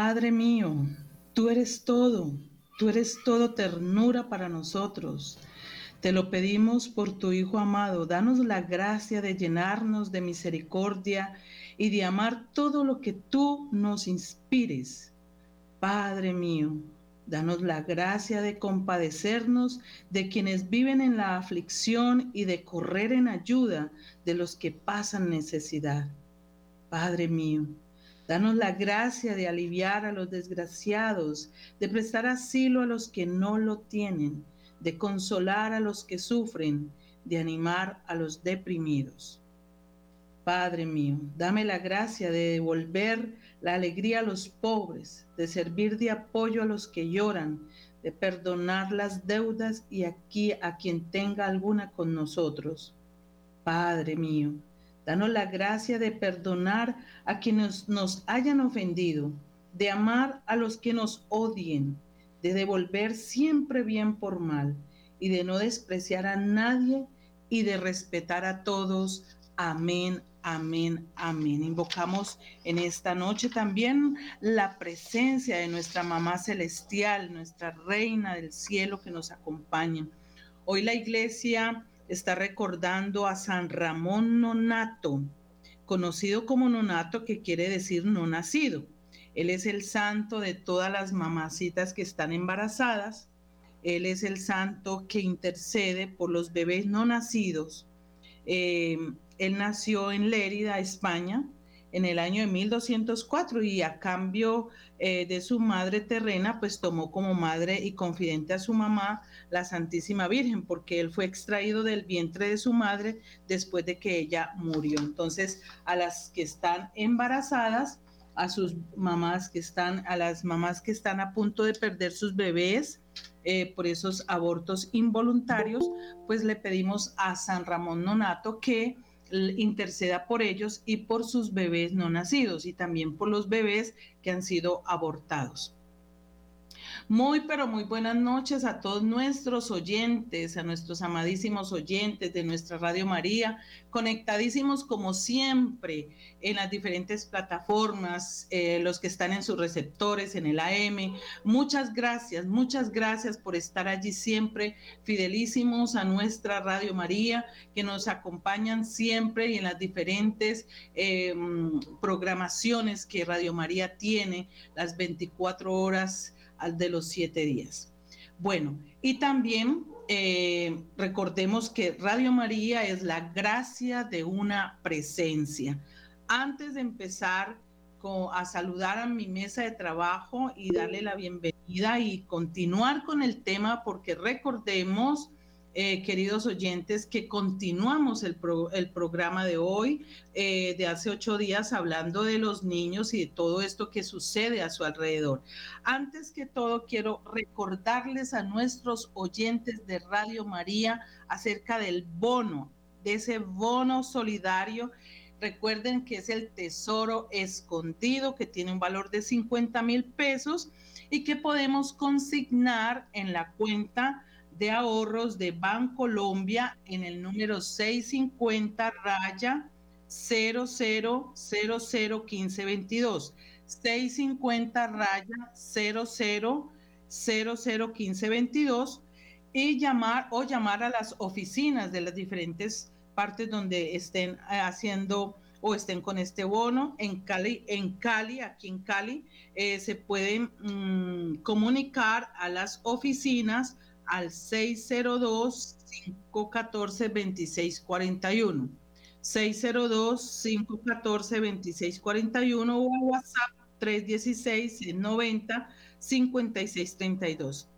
Padre mío, tú eres todo ternura para nosotros. Te lo pedimos por tu Hijo amado. Danos la gracia de llenarnos de misericordia y de amar todo lo que tú nos inspires. Padre mío, danos la gracia de compadecernos de quienes viven en la aflicción y de correr en ayuda de los que pasan necesidad. Padre mío, danos la gracia de aliviar a los desgraciados, de prestar asilo a los que no lo tienen, de consolar a los que sufren, de animar a los deprimidos. Padre mío, dame la gracia de devolver la alegría a los pobres, de servir de apoyo a los que lloran, de perdonar las deudas y aquí a quien tenga alguna con nosotros. Padre mío, danos la gracia de perdonar a quienes nos hayan ofendido, de amar a los que nos odien, de devolver siempre bien por mal y de no despreciar a nadie y de respetar a todos. Amén, amén, amén. Invocamos en esta noche también la presencia de nuestra Mamá Celestial, nuestra Reina del Cielo que nos acompaña. Hoy la Iglesia está recordando a San Ramón Nonato, conocido como Nonato, que quiere decir no nacido. Él es el santo de todas las mamacitas que están embarazadas. Él es el santo que intercede por los bebés no nacidos. Él nació en Lérida, España, en el año de 1204 y a cambio de su madre terrena, pues tomó como madre y confidente a su mamá, la Santísima Virgen, porque él fue extraído del vientre de su madre después de que ella murió. Entonces, a las que están embarazadas, a sus mamás que están, a las mamás que están a punto de perder sus bebés, por esos abortos involuntarios, pues le pedimos a San Ramón Nonato que interceda por ellos y por sus bebés no nacidos y también por los bebés que han sido abortados. Muy, pero muy buenas noches a todos nuestros oyentes, a nuestros amadísimos oyentes de nuestra Radio María, conectadísimos como siempre en las diferentes plataformas, los que están en sus receptores, en el AM. Muchas gracias por estar allí siempre, fidelísimos a nuestra Radio María, que nos acompañan siempre y en las diferentes programaciones que Radio María tiene, las 24 horas de los 7 días. Bueno, y también recordemos que Radio María es la gracia de una presencia. Antes de empezar a saludar a mi mesa de trabajo y darle la bienvenida y continuar con el tema, porque recordemos, queridos oyentes, que continuamos el programa de hoy, de hace 8 días, hablando de los niños y de todo esto que sucede a su alrededor. Antes que todo, quiero recordarles a nuestros oyentes de Radio María acerca del bono, de ese bono solidario. Recuerden que es el tesoro escondido, que tiene un valor de 50,000 pesos y que podemos consignar en la cuenta de ahorros de Bancolombia en el número 650 raya 00001522. 650 raya 00001522 y llamar a las oficinas de las diferentes partes donde estén haciendo o estén con este bono. En Cali, aquí en Cali, se pueden comunicar a las oficinas al 602-514-2641. 602-514-2641 o a WhatsApp 316-690-5632.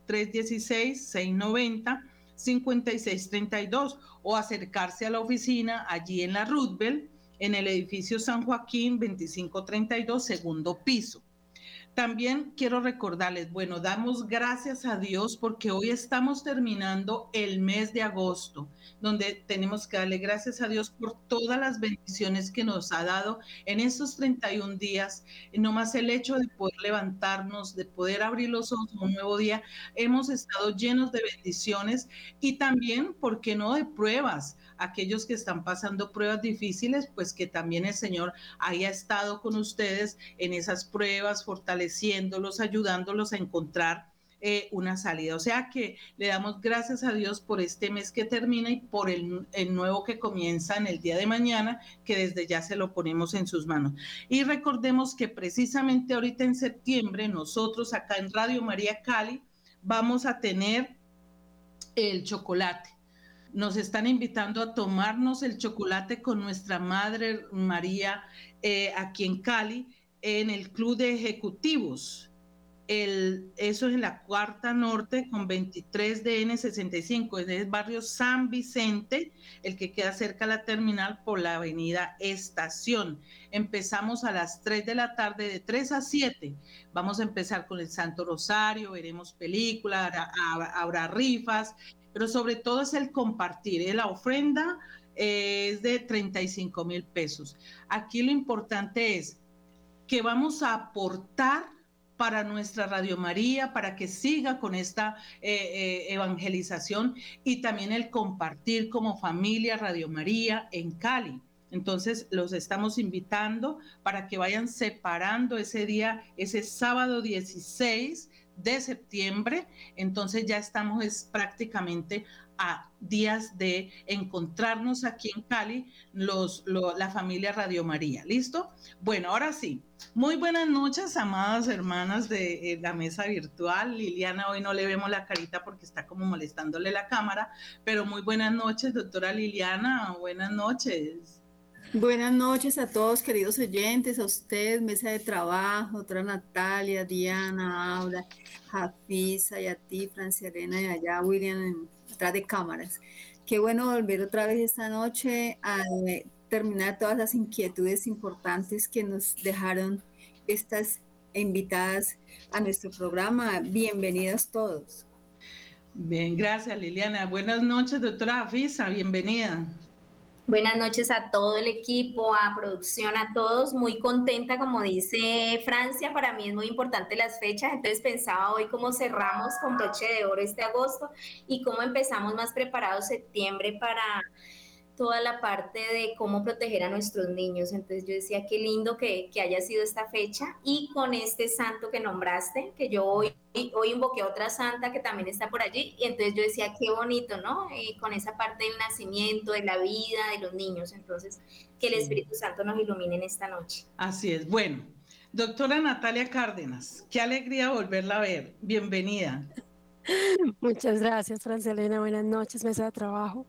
316-690-5632 o acercarse a la oficina allí en la Roosevelt, en el edificio San Joaquín 2532, segundo piso. También quiero recordarles, bueno, damos gracias a Dios porque hoy estamos terminando el mes de agosto, donde tenemos que darle gracias a Dios por todas las bendiciones que nos ha dado en estos 31 días. No más el hecho de poder levantarnos, de poder abrir los ojos un nuevo día, hemos estado llenos de bendiciones y también, ¿por qué no?, de pruebas. aquellos que están pasando pruebas difíciles, pues que también el Señor haya estado con ustedes en esas pruebas, fortaleciéndolos, ayudándolos a encontrar una salida. O sea que le damos gracias a Dios por este mes que termina y por el nuevo que comienza en el día de mañana, que desde ya se lo ponemos en sus manos. Y recordemos que precisamente ahorita en septiembre, nosotros acá en Radio María Cali vamos a tener el chocolate. Nos están invitando a tomarnos el chocolate con nuestra Madre María aquí en Cali, en el Club de Ejecutivos. Eso es en la Cuarta Norte con 23DN65, es el barrio San Vicente, el que queda cerca de la terminal por la avenida Estación. Empezamos a las 3 de la tarde, de 3 a 7. Vamos a empezar con el Santo Rosario, veremos películas, habrá rifas, pero sobre todo es el compartir. La ofrenda es de 35,000 pesos. Aquí lo importante es que vamos a aportar para nuestra Radio María, para que siga con esta evangelización y también el compartir como familia Radio María en Cali. Entonces los estamos invitando para que vayan separando ese día, ese sábado 16 de septiembre. Entonces ya estamos prácticamente a días de encontrarnos aquí en Cali, la familia Radio María. ¿Listo? Bueno, ahora sí. Muy buenas noches, amadas hermanas de la mesa virtual. Liliana, hoy no le vemos la carita porque está como molestándole la cámara, pero muy buenas noches, doctora Liliana. Buenas noches. Buenas noches a todos, queridos oyentes, a usted, mesa de trabajo, doctora Natalia, Diana, Aura, Jafisa, y a ti, Francia Elena, y allá William, atrás de cámaras. Qué bueno volver otra vez esta noche a terminar todas las inquietudes importantes que nos dejaron estas invitadas a nuestro programa. Bienvenidos todos. Bien, gracias Liliana. Buenas noches, doctora Jafisa, bienvenida. Buenas noches a todo el equipo, a producción, a todos. Muy contenta, como dice Francia, para mí es muy importante las fechas, entonces pensaba hoy cómo cerramos con broche de oro este agosto y cómo empezamos más preparados septiembre para toda la parte de cómo proteger a nuestros niños. Entonces yo decía, qué lindo que haya sido esta fecha y con este santo que nombraste, que yo hoy invoqué a otra santa que también está por allí, y entonces yo decía, qué bonito, ¿no? Con esa parte del nacimiento, de la vida, de los niños. Entonces, que el Espíritu Santo nos ilumine en esta noche. Así es. Bueno, doctora Natalia Cárdenas, qué alegría volverla a ver. Bienvenida. Muchas gracias, Francia Elena. Buenas noches, mesa de trabajo.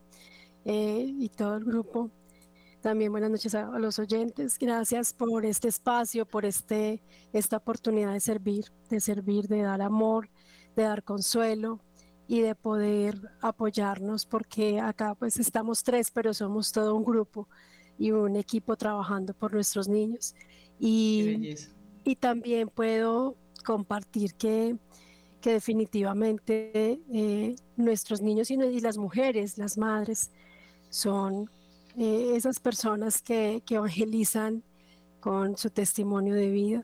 Y todo el grupo. También buenas noches a los oyentes. Gracias por este espacio, por esta oportunidad de servir, de dar amor, de dar consuelo y de poder apoyarnos, porque acá pues estamos tres, pero somos todo un grupo y un equipo trabajando por nuestros niños. Y también puedo compartir que definitivamente nuestros niños y las mujeres, las madres, son esas personas que evangelizan con su testimonio de vida,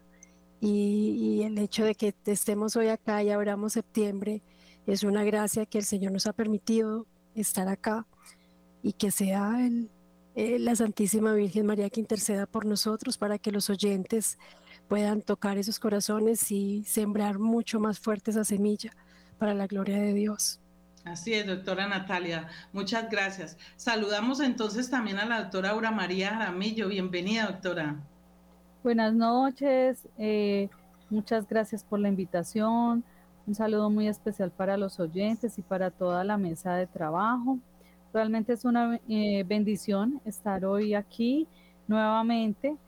y el hecho de que estemos hoy acá y abramos septiembre es una gracia que el Señor nos ha permitido estar acá, y que sea la Santísima Virgen María que interceda por nosotros para que los oyentes puedan tocar esos corazones y sembrar mucho más fuerte esa semilla para la gloria de Dios. Así es, doctora Natalia, muchas gracias. Saludamos entonces también a la doctora Aura María Jaramillo. Bienvenida, doctora. Buenas noches, muchas gracias por la invitación. Un saludo muy especial para los oyentes y para toda la mesa de trabajo. Realmente es una bendición estar hoy aquí nuevamente,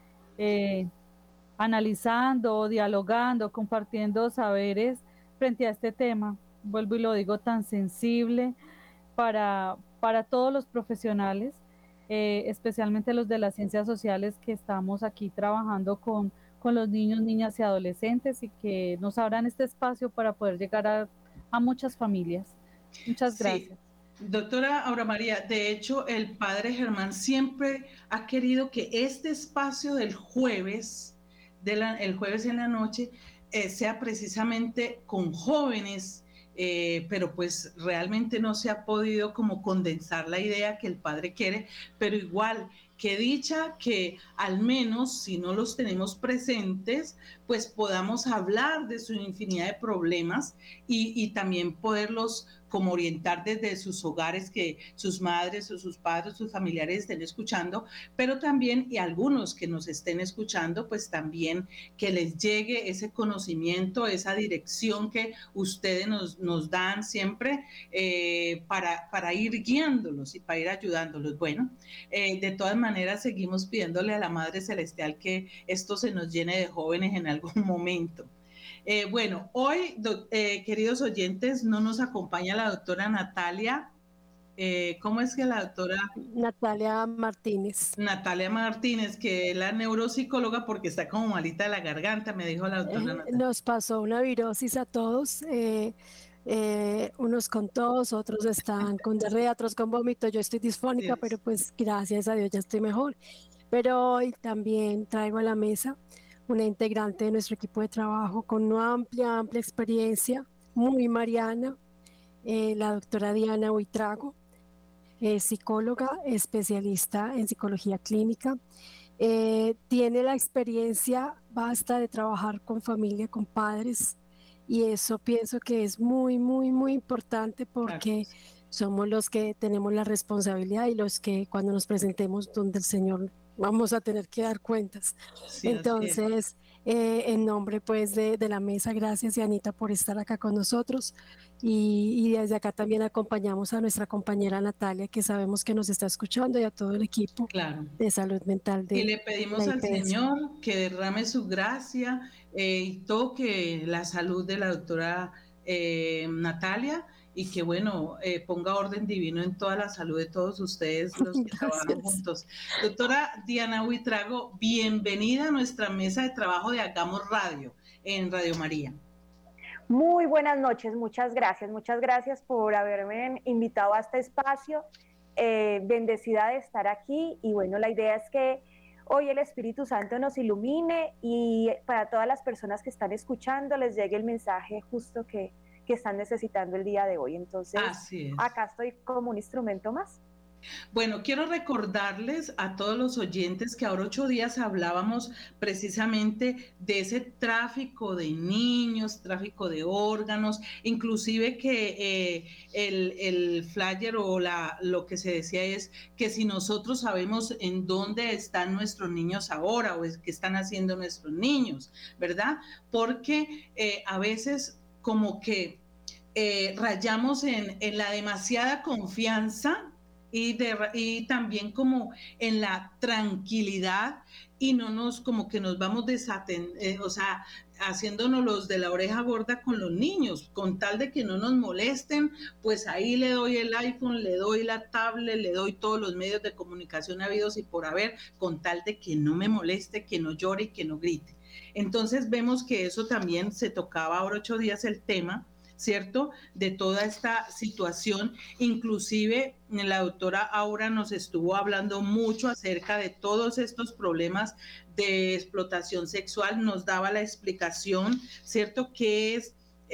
analizando, dialogando, compartiendo saberes frente a este tema. Vuelvo y lo digo, tan sensible para todos los profesionales, especialmente los de las ciencias sociales que estamos aquí trabajando con los niños, niñas y adolescentes, y que nos abran este espacio para poder llegar a muchas familias. Muchas gracias. Doctora Aura María, de hecho el padre Germán siempre ha querido que este espacio del jueves, el jueves en la noche, sea precisamente con jóvenes, pero pues realmente no se ha podido como condensar la idea que el padre quiere, pero igual, qué dicha que al menos si no los tenemos presentes, pues podamos hablar de su infinidad de problemas y también poderlos como orientar desde sus hogares, que sus madres o sus padres, sus familiares estén escuchando, pero también, y algunos que nos estén escuchando, pues también que les llegue ese conocimiento, esa dirección que ustedes nos dan siempre para ir guiándolos y para ir ayudándolos. Bueno, de todas maneras seguimos pidiéndole a la Madre Celestial que esto se nos llene de jóvenes en algún momento. Bueno, hoy, queridos oyentes, no nos acompaña la doctora Natalia. ¿Cómo es que la doctora? Natalia Martínez. Natalia Martínez, que es la neuropsicóloga porque está como malita de la garganta, me dijo la doctora Natalia. Nos pasó una virosis a todos, unos con tos, otros están con diarrea, otros con vómito. Yo estoy disfónica, Sí. pero pues gracias a Dios ya estoy mejor. Pero hoy también traigo a la mesa una integrante de nuestro equipo de trabajo con una amplia experiencia, muy mariana, la doctora Diana Buitrago, psicóloga, especialista en psicología clínica. Tiene la experiencia basta de trabajar con familia, con padres, y eso pienso que es muy, muy, muy importante porque somos los que tenemos la responsabilidad y los que cuando nos presentemos donde el Señor vamos a tener que dar cuentas. Sí, entonces, en nombre pues de la mesa, gracias Anita por estar acá con nosotros y desde acá también acompañamos a nuestra compañera Natalia, que sabemos que nos está escuchando, y a todo el equipo de salud mental. Y le pedimos al Señor que derrame su gracia y toque la salud de la doctora Natalia, y que bueno, ponga orden divino en toda la salud de todos ustedes los que trabajan juntos. Doctora Diana Buitrago, bienvenida a nuestra mesa de trabajo de Hagamos Radio en Radio María. Muy buenas noches, muchas gracias por haberme invitado a este espacio, bendecida de estar aquí, y bueno, la idea es que hoy el Espíritu Santo nos ilumine y para todas las personas que están escuchando les llegue el mensaje justo que están necesitando el día de hoy. Entonces, acá estoy como un instrumento más. Bueno, quiero recordarles a todos los oyentes que ahora 8 días hablábamos precisamente de ese tráfico de niños, tráfico de órganos, inclusive que el flyer o lo que se decía es que si nosotros sabemos en dónde están nuestros niños ahora o qué están haciendo nuestros niños, ¿verdad? Porque a veces como que rayamos en la demasiada confianza y también como en la tranquilidad, y no nos como que nos vamos o sea, haciéndonos los de la oreja gorda con los niños, con tal de que no nos molesten, pues ahí le doy el iPhone, le doy la tablet, le doy todos los medios de comunicación habidos y por haber, con tal de que no me moleste, que no llore y que no grite. Entonces vemos que eso también se tocaba ahora 8 días el tema, ¿cierto? De toda esta situación. Inclusive la doctora Aura nos estuvo hablando mucho acerca de todos estos problemas de explotación sexual, nos daba la explicación, ¿cierto? Que es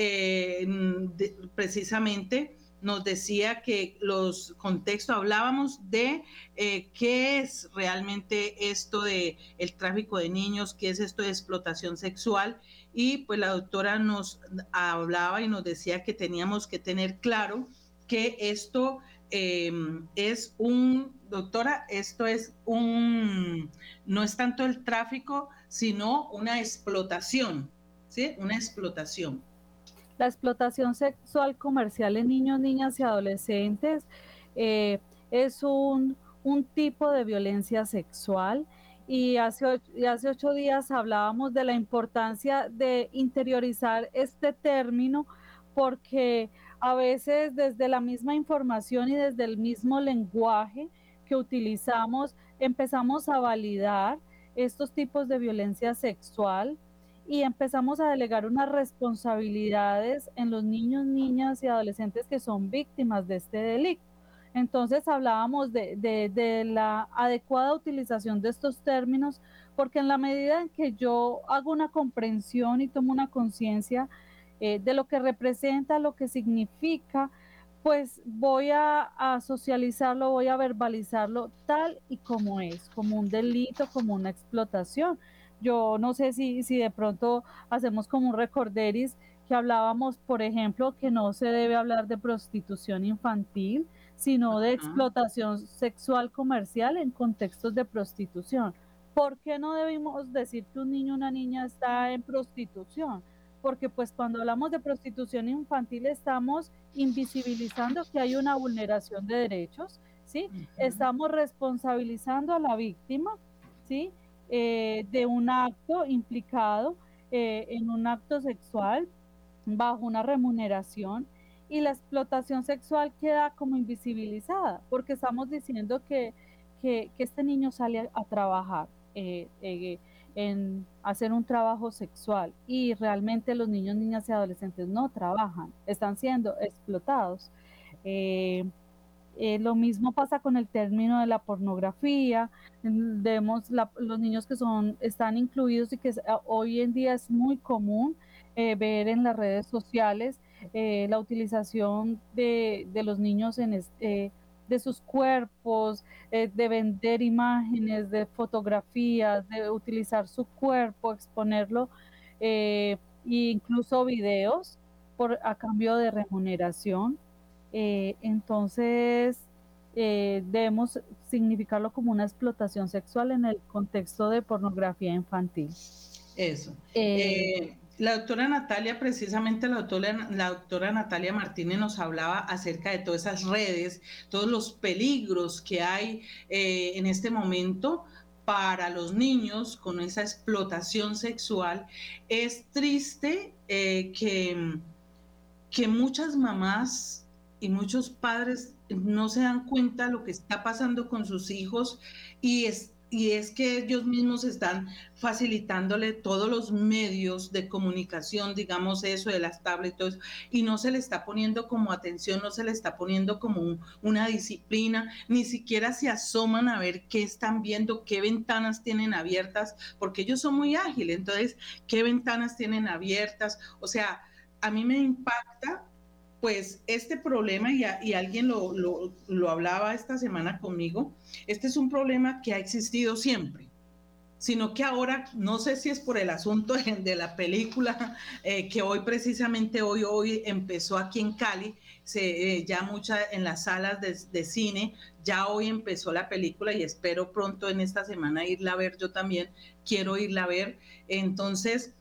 precisamente nos decía que los contextos, hablábamos de qué es realmente esto de el tráfico de niños, qué es esto de explotación sexual, y pues la doctora nos hablaba y nos decía que teníamos que tener claro que esto es doctora, esto es no es tanto el tráfico, sino una explotación, ¿sí? Una explotación. La explotación sexual comercial en niños, niñas y adolescentes es un tipo de violencia sexual, y hace 8 días hablábamos de la importancia de interiorizar este término, porque a veces desde la misma información y desde el mismo lenguaje que utilizamos empezamos a validar estos tipos de violencia sexual y empezamos a delegar unas responsabilidades en los niños, niñas y adolescentes que son víctimas de este delito. Entonces hablábamos de la adecuada utilización de estos términos, porque en la medida en que yo hago una comprensión y tomo una conciencia de lo que representa, lo que significa, pues voy a socializarlo, voy a verbalizarlo tal y como es, como un delito, como una explotación. Yo no sé si de pronto hacemos como un recorderis que hablábamos, por ejemplo, que no se debe hablar de prostitución infantil, sino de explotación sexual comercial en contextos de prostitución. ¿Por qué no debemos decir que un niño o una niña está en prostitución? Porque pues cuando hablamos de prostitución infantil estamos invisibilizando que hay una vulneración de derechos, ¿sí? Estamos responsabilizando a la víctima, ¿sí? De un acto implicado en un acto sexual bajo una remuneración, y la explotación sexual queda como invisibilizada, porque estamos diciendo que este niño sale a trabajar, en hacer un trabajo sexual, y realmente los niños, niñas y adolescentes no trabajan, están siendo explotados. Lo mismo pasa con el término de la pornografía. Vemos los niños que están incluidos y que hoy en día es muy común ver en las redes sociales la utilización de los niños de sus cuerpos, de vender imágenes, de fotografías, de utilizar su cuerpo, exponerlo, e incluso videos a cambio de remuneración. Entonces, debemos significarlo como una explotación sexual en el contexto de pornografía infantil. Eso. La doctora Natalia, precisamente la doctora Natalia Martínez nos hablaba acerca de todas esas redes, todos los peligros que hay en este momento para los niños con esa explotación sexual. Es triste que muchas mamás y muchos padres no se dan cuenta de lo que está pasando con sus hijos, y es que ellos mismos están facilitándole todos los medios de comunicación, digamos eso, de las tablets y todo eso, y no se le está poniendo como atención, no se le está poniendo como una disciplina, ni siquiera se asoman a ver qué están viendo, qué ventanas tienen abiertas, porque ellos son muy ágiles, entonces, qué ventanas tienen abiertas. O sea, a mí me impacta pues este problema, y alguien lo hablaba esta semana conmigo. Este es un problema que ha existido siempre, sino que ahora, no sé si es por el asunto de la película, que hoy precisamente hoy empezó aquí en Cali, ya en las salas de cine, ya hoy empezó la película, y espero pronto en esta semana irla a ver. Yo también quiero irla a ver. Entonces,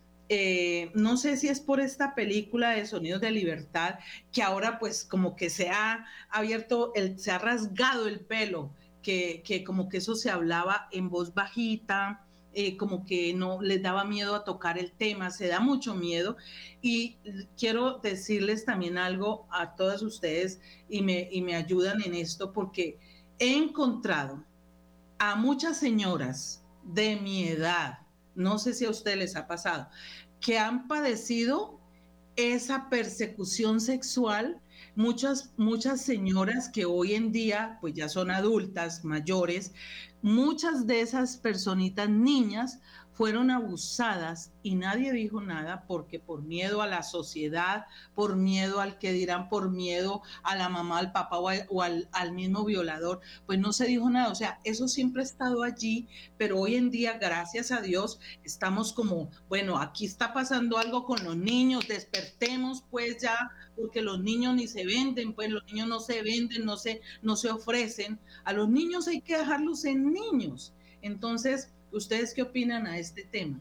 no sé si es por esta película de Sonidos de Libertad, que ahora pues como que se ha abierto, se ha rasgado el pelo, que como que eso se hablaba en voz bajita, como que no les daba miedo a tocar el tema, se da mucho miedo. Y quiero decirles también algo a todas ustedes, y me ayudan en esto, porque he encontrado a muchas señoras de mi edad, no sé si a ustedes les ha pasado, que han padecido esa persecución sexual. Muchas señoras que hoy en día pues ya son adultas, mayores, muchas de esas personitas, niñas, fueron abusadas y nadie dijo nada, porque por miedo a la sociedad, por miedo al que dirán, por miedo a la mamá, al papá o al mismo violador, pues no se dijo nada. O sea, eso siempre ha estado allí, pero hoy en día, gracias a Dios, estamos como, bueno, aquí está pasando algo con los niños, despertemos pues ya, porque los niños ni se venden, pues los niños no se venden, no se ofrecen. A los niños hay que dejarlos en niños. Entonces, ¿ustedes qué opinan a este tema?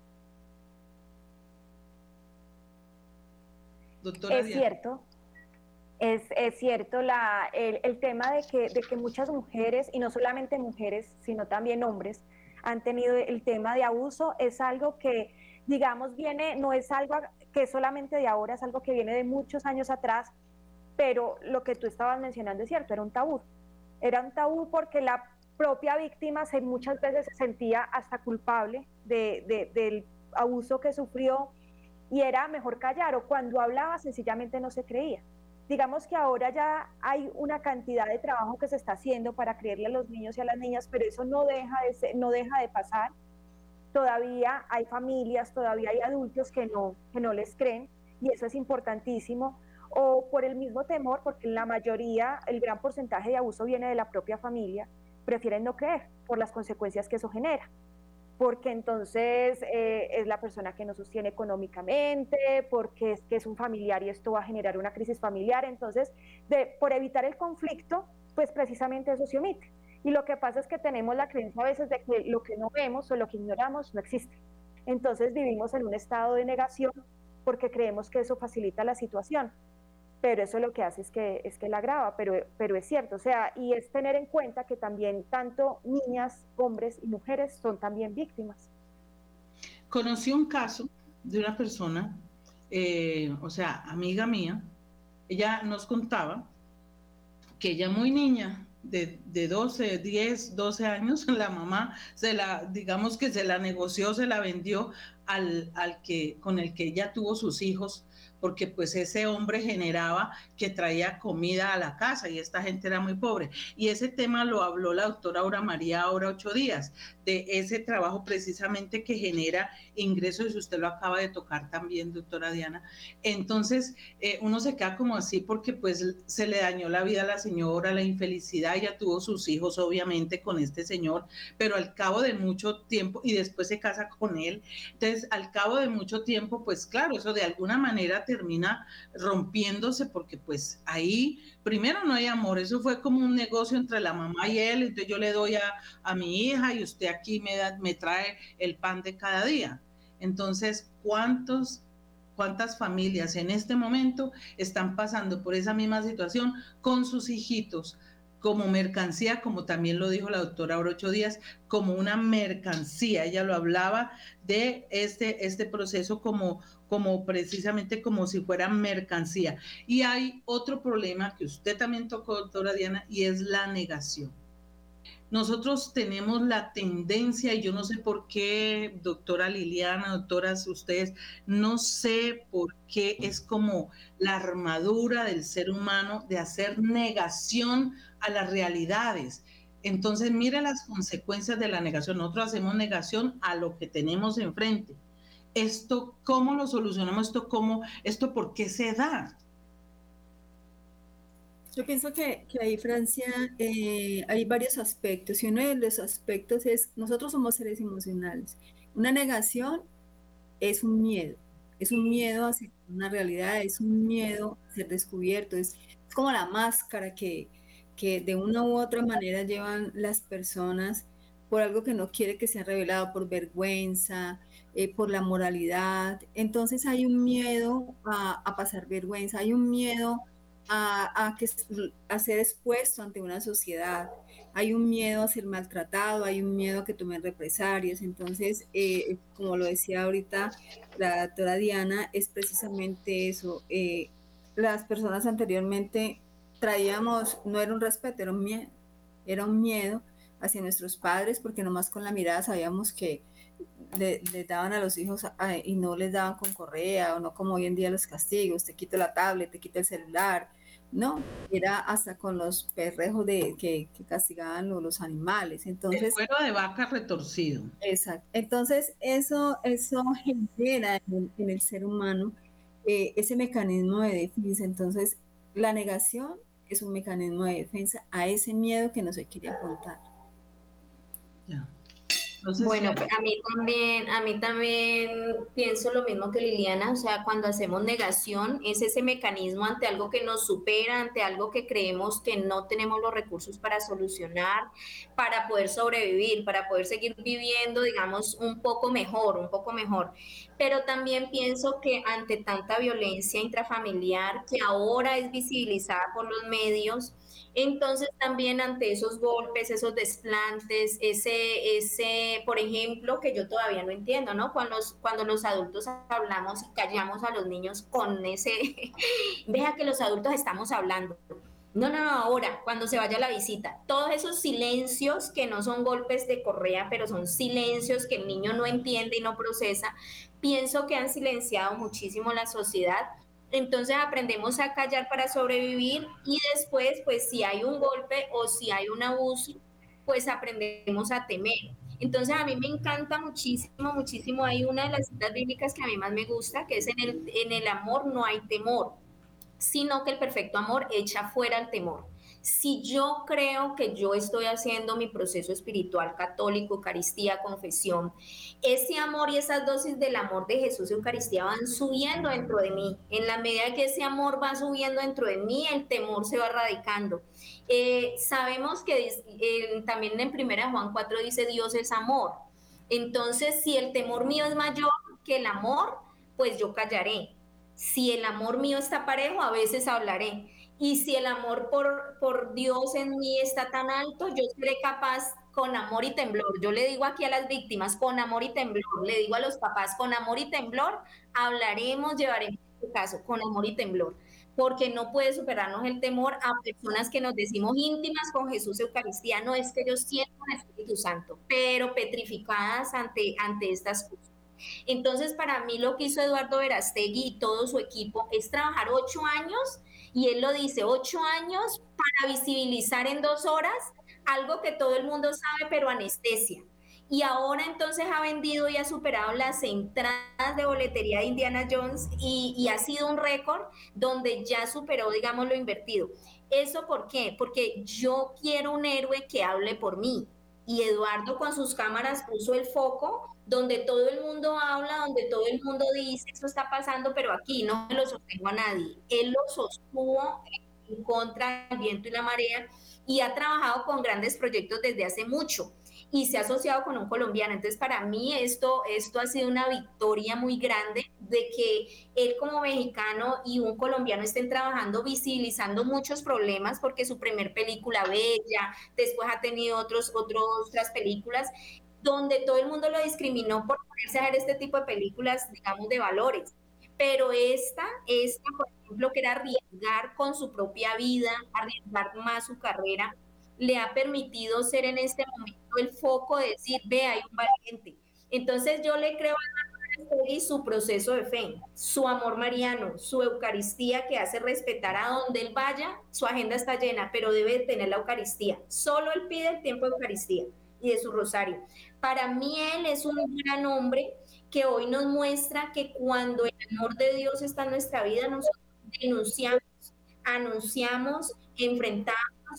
Doctora Es cierto, es cierto el tema de que muchas mujeres, y no solamente mujeres, sino también hombres, han tenido el tema de abuso. Es algo que, digamos, no es algo que solamente de ahora, es algo que viene de muchos años atrás, pero lo que tú estabas mencionando es cierto, era un tabú. Era un tabú porque la propia víctima muchas veces se sentía hasta culpable del abuso que sufrió, y era mejor callar, o cuando hablaba sencillamente no se creía. Digamos que ahora ya hay una cantidad de trabajo que se está haciendo para creerle a los niños y a las niñas, pero eso no deja de pasar. Todavía hay familias, todavía hay adultos que no les creen, y eso es importantísimo, o por el mismo temor, porque la mayoría, el gran porcentaje de abuso viene de la propia familia, prefieren no creer por las consecuencias que eso genera, porque entonces es la persona que no sostiene económicamente, porque es que es un familiar y esto va a generar una crisis familiar, entonces por evitar el conflicto, pues precisamente eso se omite. Y lo que pasa es que tenemos la creencia a veces de que lo que no vemos o lo que ignoramos no existe. Entonces vivimos en un estado de negación porque creemos que eso facilita la situación, pero eso lo que hace es que la agrava, pero es cierto, o sea, y es tener en cuenta que también tanto niñas, hombres y mujeres son también víctimas. Conocí un caso de una persona, o sea, amiga mía, ella nos contaba que ella muy niña, de 12, 10, 12 años, la mamá digamos que se la negoció, se la vendió con el que ella tuvo sus hijos, porque pues ese hombre generaba que traía comida a la casa y esta gente era muy pobre. Y ese tema lo habló la doctora Aura María ahora 8 días, de ese trabajo precisamente que genera ingresos, y usted lo acaba de tocar también, doctora Diana. Entonces, uno se queda como así porque pues se le dañó la vida a la señora, la infelicidad, ella tuvo sus hijos obviamente con este señor, pero al cabo de mucho tiempo, y después se casa con él, entonces al cabo de mucho tiempo, pues claro, eso de alguna manera termina rompiéndose, porque pues ahí primero no hay amor, eso fue como un negocio entre la mamá y él, entonces yo le doy a mi hija y usted aquí me trae el pan de cada día. Entonces, ¿cuántas familias en este momento están pasando por esa misma situación con sus hijitos como mercancía, como también lo dijo la doctora ahora 8 días, como una mercancía? Ella lo hablaba de este proceso como precisamente como si fuera mercancía. Y hay otro problema que usted también tocó, doctora Diana, y es la negación. Nosotros tenemos la tendencia, y yo no sé por qué, doctora Liliana, doctoras, ustedes, no sé por qué es como la armadura del ser humano de hacer negación a las realidades. Entonces, mire las consecuencias de la negación. Nosotros hacemos negación a lo que tenemos enfrente. Esto, ¿cómo lo solucionamos? Esto ¿por qué se da? Yo pienso que ahí, Francia, hay varios aspectos, y uno de los aspectos es, nosotros somos seres emocionales. Una negación es un miedo a ser una realidad, es un miedo a ser descubierto, es como la máscara que de una u otra manera llevan las personas por algo que no quiere que sea revelado, por vergüenza, por la moralidad. Entonces hay un miedo a pasar vergüenza, hay un miedo a ser expuesto ante una sociedad, hay un miedo a ser maltratado, hay un miedo a que tomen represalias. Entonces, como lo decía ahorita la doctora Diana, es precisamente eso. Las personas anteriormente traíamos, no era un respeto, era un miedo hacia nuestros padres, porque nomás con la mirada sabíamos que le daban a los hijos y no les daban con correa, o no como hoy en día los castigos, te quito la tablet, te quito el celular, no, era hasta con los perrejos que castigaban los animales. Entonces, el cuero de vaca retorcido. Exacto. Entonces, eso genera en el ser humano ese mecanismo de defensa. Entonces, la negación es un mecanismo de defensa a ese miedo que no se quiere afrontar. Ya. Bueno, a mí también pienso lo mismo que Liliana, o sea, cuando hacemos negación es ese mecanismo ante algo que nos supera, ante algo que creemos que no tenemos los recursos para solucionar, para poder sobrevivir, para poder seguir viviendo, digamos, un poco mejor. Pero también pienso que ante tanta violencia intrafamiliar que ahora es visibilizada por los medios, entonces también ante esos golpes, esos desplantes, ese, por ejemplo, que yo todavía no entiendo, ¿no? Cuando los adultos hablamos y callamos a los niños con ese, deja que los adultos estamos hablando. No, ahora, cuando se vaya la visita, todos esos silencios que no son golpes de correa, pero son silencios que el niño no entiende y no procesa, pienso que han silenciado muchísimo la sociedad. Entonces aprendemos a callar para sobrevivir, y después, pues si hay un golpe o si hay un abuso, pues aprendemos a temer. Entonces a mí me encanta muchísimo, muchísimo. Hay una de las citas bíblicas que a mí más me gusta, que es en el amor no hay temor, sino que el perfecto amor echa fuera el temor. Si yo creo que yo estoy haciendo mi proceso espiritual católico, Eucaristía, confesión, ese amor y esas dosis del amor de Jesús y Eucaristía van subiendo dentro de mí. En la medida que ese amor va subiendo dentro de mí, el temor se va erradicando. Sabemos que también en 1 Juan 4 dice Dios es amor. Entonces, si el temor mío es mayor que el amor, pues yo callaré. Si el amor mío está parejo, a veces hablaré. Y si el amor por Dios en mí está tan alto, yo seré capaz con amor y temblor. Yo le digo aquí a las víctimas, con amor y temblor. Le digo a los papás, con amor y temblor, hablaremos, llevaremos su caso, con amor y temblor. Porque no puede superarnos el temor a personas que nos decimos íntimas con Jesús Eucaristía. No es que yo siento el Espíritu Santo, pero petrificadas ante estas cosas. Entonces, para mí lo que hizo Eduardo Verástegui y todo su equipo es trabajar 8 años, y él lo dice, 8 años para visibilizar en 2 horas algo que todo el mundo sabe, pero anestesia. Y ahora entonces ha vendido y ha superado las entradas de boletería de Indiana Jones y ha sido un récord donde ya superó, digamos, lo invertido. ¿Eso por qué? Porque yo quiero un héroe que hable por mí. Y Eduardo con sus cámaras puso el foco donde todo el mundo habla, donde todo el mundo dice, eso está pasando, pero aquí no me lo sostengo a nadie. Él lo sostuvo en contra del viento y la marea y ha trabajado con grandes proyectos desde hace mucho y se ha asociado con un colombiano. Entonces, para mí esto ha sido una victoria muy grande de que él como mexicano y un colombiano estén trabajando, visibilizando muchos problemas, porque su primer película, Bella, después ha tenido otras películas, donde todo el mundo lo discriminó por ponerse a ver este tipo de películas, digamos, de valores. Pero esta, por ejemplo, que era arriesgar con su propia vida, arriesgar más su carrera, le ha permitido ser en este momento el foco de decir, ve, hay un valiente. Entonces yo le creo a Verástegui su proceso de fe, su amor mariano, su Eucaristía que hace respetar a donde él vaya, su agenda está llena, pero debe tener la Eucaristía. Solo él pide el tiempo de Eucaristía y de su rosario. Para mí él es un gran hombre que hoy nos muestra que cuando el amor de Dios está en nuestra vida, nosotros denunciamos, anunciamos, enfrentamos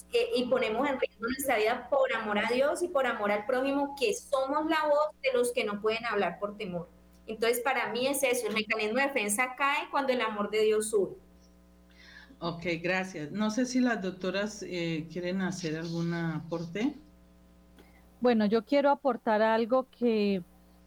y ponemos en riesgo nuestra vida por amor a Dios y por amor al prójimo, que somos la voz de los que no pueden hablar por temor. Entonces, para mí es eso, el mecanismo de defensa cae cuando el amor de Dios sube. Ok, gracias. No sé si las doctoras quieren hacer algún aporte. Bueno, yo quiero aportar algo que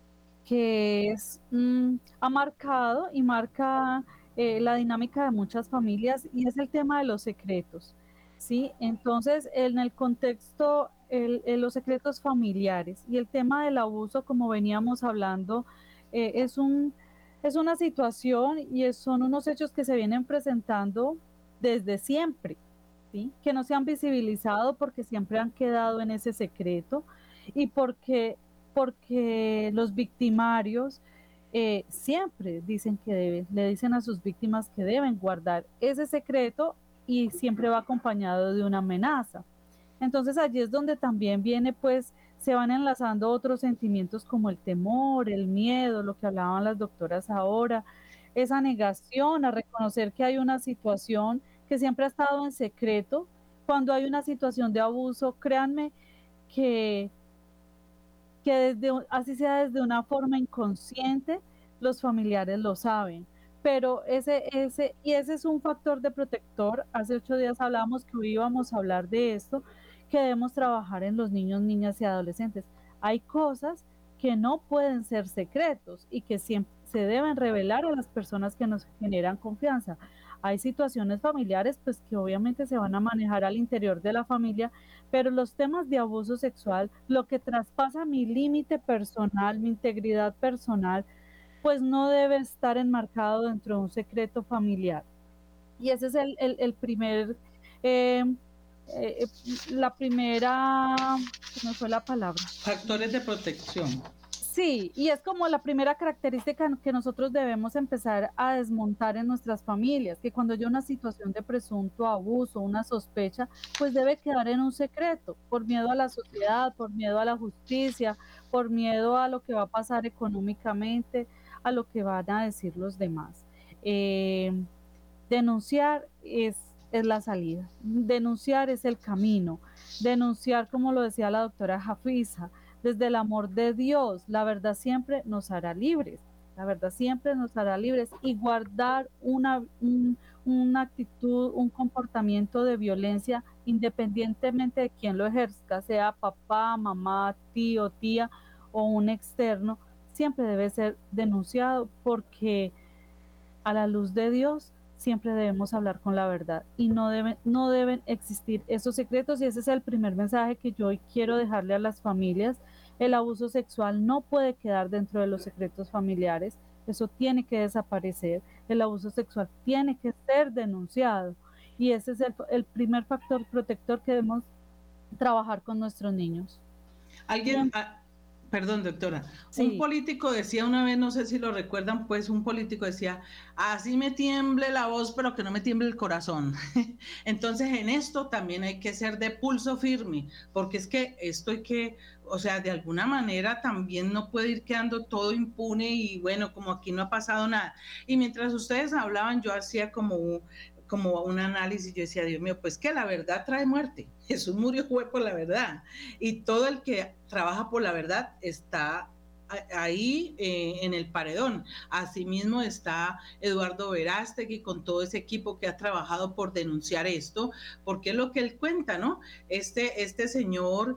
ha marcado y marca la dinámica de muchas familias, y es el tema de los secretos, ¿sí? Entonces, en el contexto, los secretos familiares y el tema del abuso, como veníamos hablando, es una situación y son unos hechos que se vienen presentando desde siempre, ¿sí? Que no se han visibilizado porque siempre han quedado en ese secreto y porque los victimarios siempre dicen que le dicen a sus víctimas que deben guardar ese secreto, y siempre va acompañado de una amenaza. Entonces allí es donde también se van enlazando otros sentimientos como el temor, el miedo, lo que hablaban las doctoras ahora, esa negación a reconocer que hay una situación que siempre ha estado en secreto. Cuando hay una situación de abuso, créanme que así sea desde una forma inconsciente, los familiares lo saben, pero ese es un factor de protector. Hace 8 días hablábamos que hoy íbamos a hablar de esto, que debemos trabajar en los niños, niñas y adolescentes. Hay cosas que no pueden ser secretos y que siempre se deben revelar a las personas que nos generan confianza. Hay situaciones familiares pues que obviamente se van a manejar al interior de la familia, pero los temas de abuso sexual, lo que traspasa mi límite personal, mi integridad personal, pues no debe estar enmarcado dentro de un secreto familiar. Y ese es el primer, la primera, ¿cómo fue la palabra? Factores de protección. Sí, y es como la primera característica que nosotros debemos empezar a desmontar en nuestras familias, que cuando hay una situación de presunto abuso, una sospecha, pues debe quedar en un secreto, por miedo a la sociedad, por miedo a la justicia, por miedo a lo que va a pasar económicamente, a lo que van a decir los demás. Eh, Denunciar es la salida, denunciar es el camino, denunciar, como lo decía la doctora Jafisa, desde el amor de Dios, la verdad siempre nos hará libres, la verdad siempre nos hará libres, y guardar una actitud, un comportamiento de violencia independientemente de quién lo ejerza, sea papá, mamá, tío, tía o un externo, siempre debe ser denunciado, porque a la luz de Dios siempre debemos hablar con la verdad y no deben existir esos secretos, y ese es el primer mensaje que yo hoy quiero dejarle a las familias. El abuso sexual no puede quedar dentro de los secretos familiares, eso tiene que desaparecer, el abuso sexual tiene que ser denunciado, y ese es el primer factor protector que debemos trabajar con nuestros niños. Alguien, perdón, doctora, sí. Un político decía una vez, no sé si lo recuerdan, pues un político decía, así me tiemble la voz, pero que no me tiemble el corazón. Entonces en esto también hay que ser de pulso firme, porque es que esto hay que, o sea, de alguna manera también no puede ir quedando todo impune y bueno, como aquí no ha pasado nada. Y mientras ustedes hablaban, yo hacía como un análisis, yo decía, Dios mío, pues que la verdad trae muerte. Jesús murió fue por la verdad. Y todo el que trabaja por la verdad está ahí en el paredón. Asimismo está Eduardo Verástegui con todo ese equipo que ha trabajado por denunciar esto, porque es lo que él cuenta, ¿no? Este señor,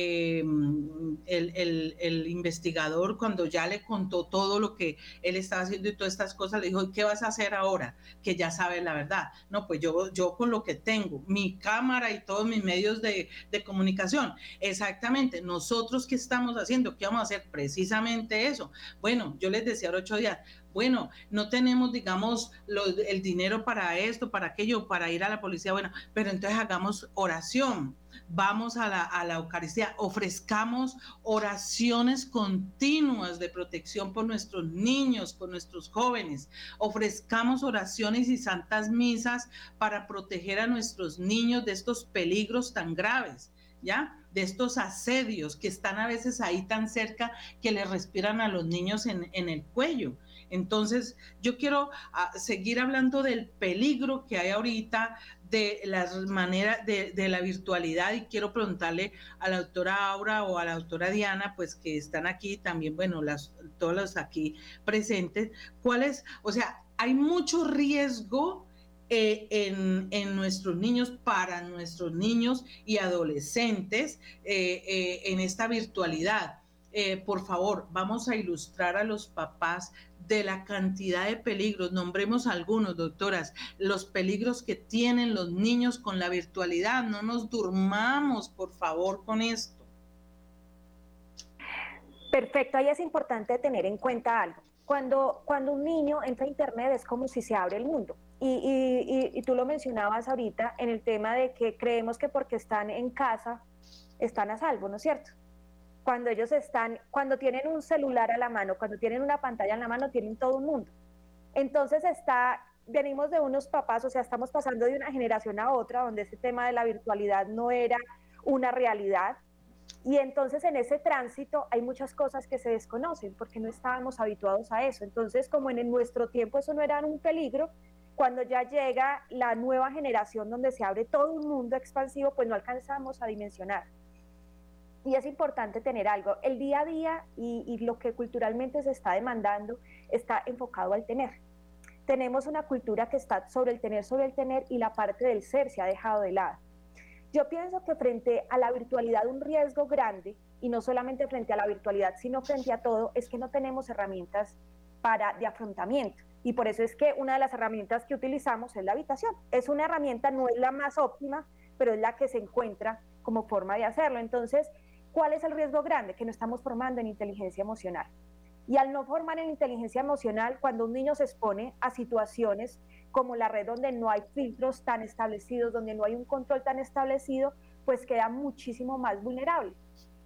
el investigador, cuando ya le contó todo lo que él estaba haciendo y todas estas cosas, le dijo, ¿y qué vas a hacer ahora? Que ya sabes la verdad. No, pues yo con lo que tengo, mi cámara y todos mis medios de comunicación, exactamente, nosotros qué estamos haciendo, qué vamos a hacer, precisamente eso. Bueno, yo les decía 8 días, bueno, no tenemos, digamos, el dinero para esto, para aquello, para ir a la policía, bueno, pero entonces hagamos oración, vamos a la Eucaristía, ofrezcamos oraciones continuas de protección por nuestros niños, por nuestros jóvenes, ofrezcamos oraciones y santas misas para proteger a nuestros niños de estos peligros tan graves, ¿ya? De estos asedios que están a veces ahí tan cerca que les respiran a los niños en el cuello. Entonces, yo quiero seguir hablando del peligro que hay ahorita, de las maneras de la virtualidad, y quiero preguntarle a la doctora Aura o a la doctora Diana, pues que están aquí también, bueno, todos los aquí presentes, ¿cuáles? O sea, hay mucho riesgo en nuestros niños, para nuestros niños y adolescentes en esta virtualidad. Por favor, vamos a ilustrar a los papás de la cantidad de peligros. Nombremos algunos, doctoras, los peligros que tienen los niños con la virtualidad. No nos durmamos, por favor, con esto. Perfecto, ahí es importante tener en cuenta algo. Cuando un niño entra a internet es como si se abre el mundo. Y tú lo mencionabas ahorita en el tema de que creemos que porque están en casa están a salvo, ¿no es cierto? Cuando tienen un celular a la mano, cuando tienen una pantalla en la mano, tienen todo un mundo. Entonces venimos de unos papás, o sea, estamos pasando de una generación a otra, donde ese tema de la virtualidad no era una realidad, y entonces en ese tránsito hay muchas cosas que se desconocen, porque no estábamos habituados a eso. Entonces, como en nuestro tiempo eso no era un peligro, cuando ya llega la nueva generación donde se abre todo un mundo expansivo, pues no alcanzamos a dimensionar. Y es importante tener algo, el día a día y lo que culturalmente se está demandando está enfocado al tener. Tenemos una cultura que está sobre el tener, y la parte del ser se ha dejado de lado. Yo pienso que frente a la virtualidad un riesgo grande, y no solamente frente a la virtualidad, sino frente a todo, es que no tenemos herramientas de afrontamiento. Y por eso es que una de las herramientas que utilizamos es la habitación. Es una herramienta, no es la más óptima, pero es la que se encuentra como forma de hacerlo. Entonces, ¿cuál es el riesgo grande? Que no estamos formando en inteligencia emocional. Y al no formar en inteligencia emocional, cuando un niño se expone a situaciones como la red donde no hay filtros tan establecidos, donde no hay un control tan establecido, pues queda muchísimo más vulnerable.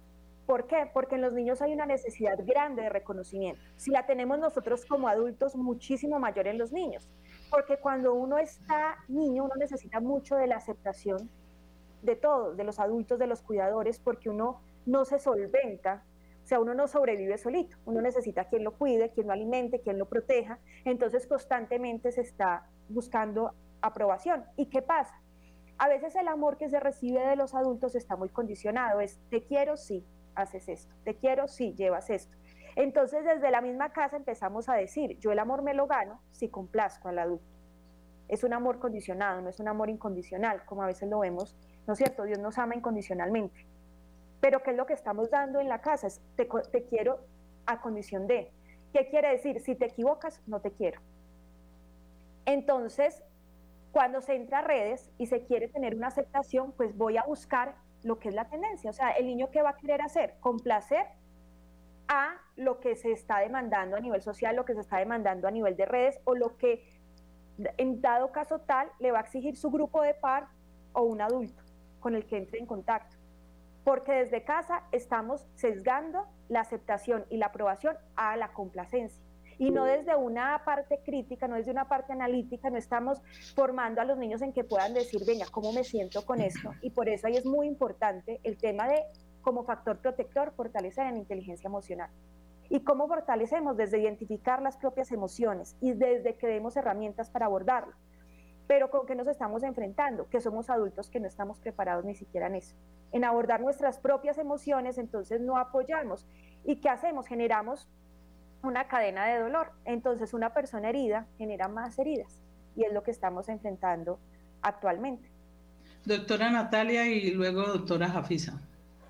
¿Por qué? Porque en los niños hay una necesidad grande de reconocimiento. Si la tenemos nosotros como adultos, muchísimo mayor en los niños. Porque cuando uno está niño, uno necesita mucho de la aceptación de todos, de los adultos, de los cuidadores, porque uno no se solventa, o sea, uno no sobrevive solito, uno necesita quien lo cuide, quien lo alimente, quien lo proteja, entonces constantemente se está buscando aprobación. ¿Y qué pasa? A veces el amor que se recibe de los adultos está muy condicionado, es te quiero, sí, haces esto, te quiero, sí, llevas esto. Entonces desde la misma casa empezamos a decir, yo el amor me lo gano si complazco al adulto. Es un amor condicionado, no es un amor incondicional, como a veces lo vemos, ¿no es cierto? Dios nos ama incondicionalmente. Pero ¿qué es lo que estamos dando en la casa? Es te quiero a condición de. ¿Qué quiere decir? Si te equivocas, no te quiero. Entonces, cuando se entra a redes y se quiere tener una aceptación, pues voy a buscar lo que es la tendencia. O sea, el niño, ¿qué va a querer hacer? Complacer a lo que se está demandando a nivel social, lo que se está demandando a nivel de redes, o lo que en dado caso tal le va a exigir su grupo de par o un adulto con el que entre en contacto. Porque desde casa estamos sesgando la aceptación y la aprobación a la complacencia. Y no desde una parte crítica, no desde una parte analítica, no estamos formando a los niños en que puedan decir, venga, ¿cómo me siento con esto? Y por eso ahí es muy importante el tema de, como factor protector, fortalecer la inteligencia emocional. ¿Y cómo fortalecemos? Desde identificar las propias emociones y desde que demos herramientas para abordarlo. Pero ¿con qué nos estamos enfrentando? Que somos adultos que no estamos preparados ni siquiera en eso. En abordar nuestras propias emociones, entonces no apoyamos. ¿Y qué hacemos? Generamos una cadena de dolor. Entonces una persona herida genera más heridas y es lo que estamos enfrentando actualmente. Doctora Natalia y luego doctora Hafisa.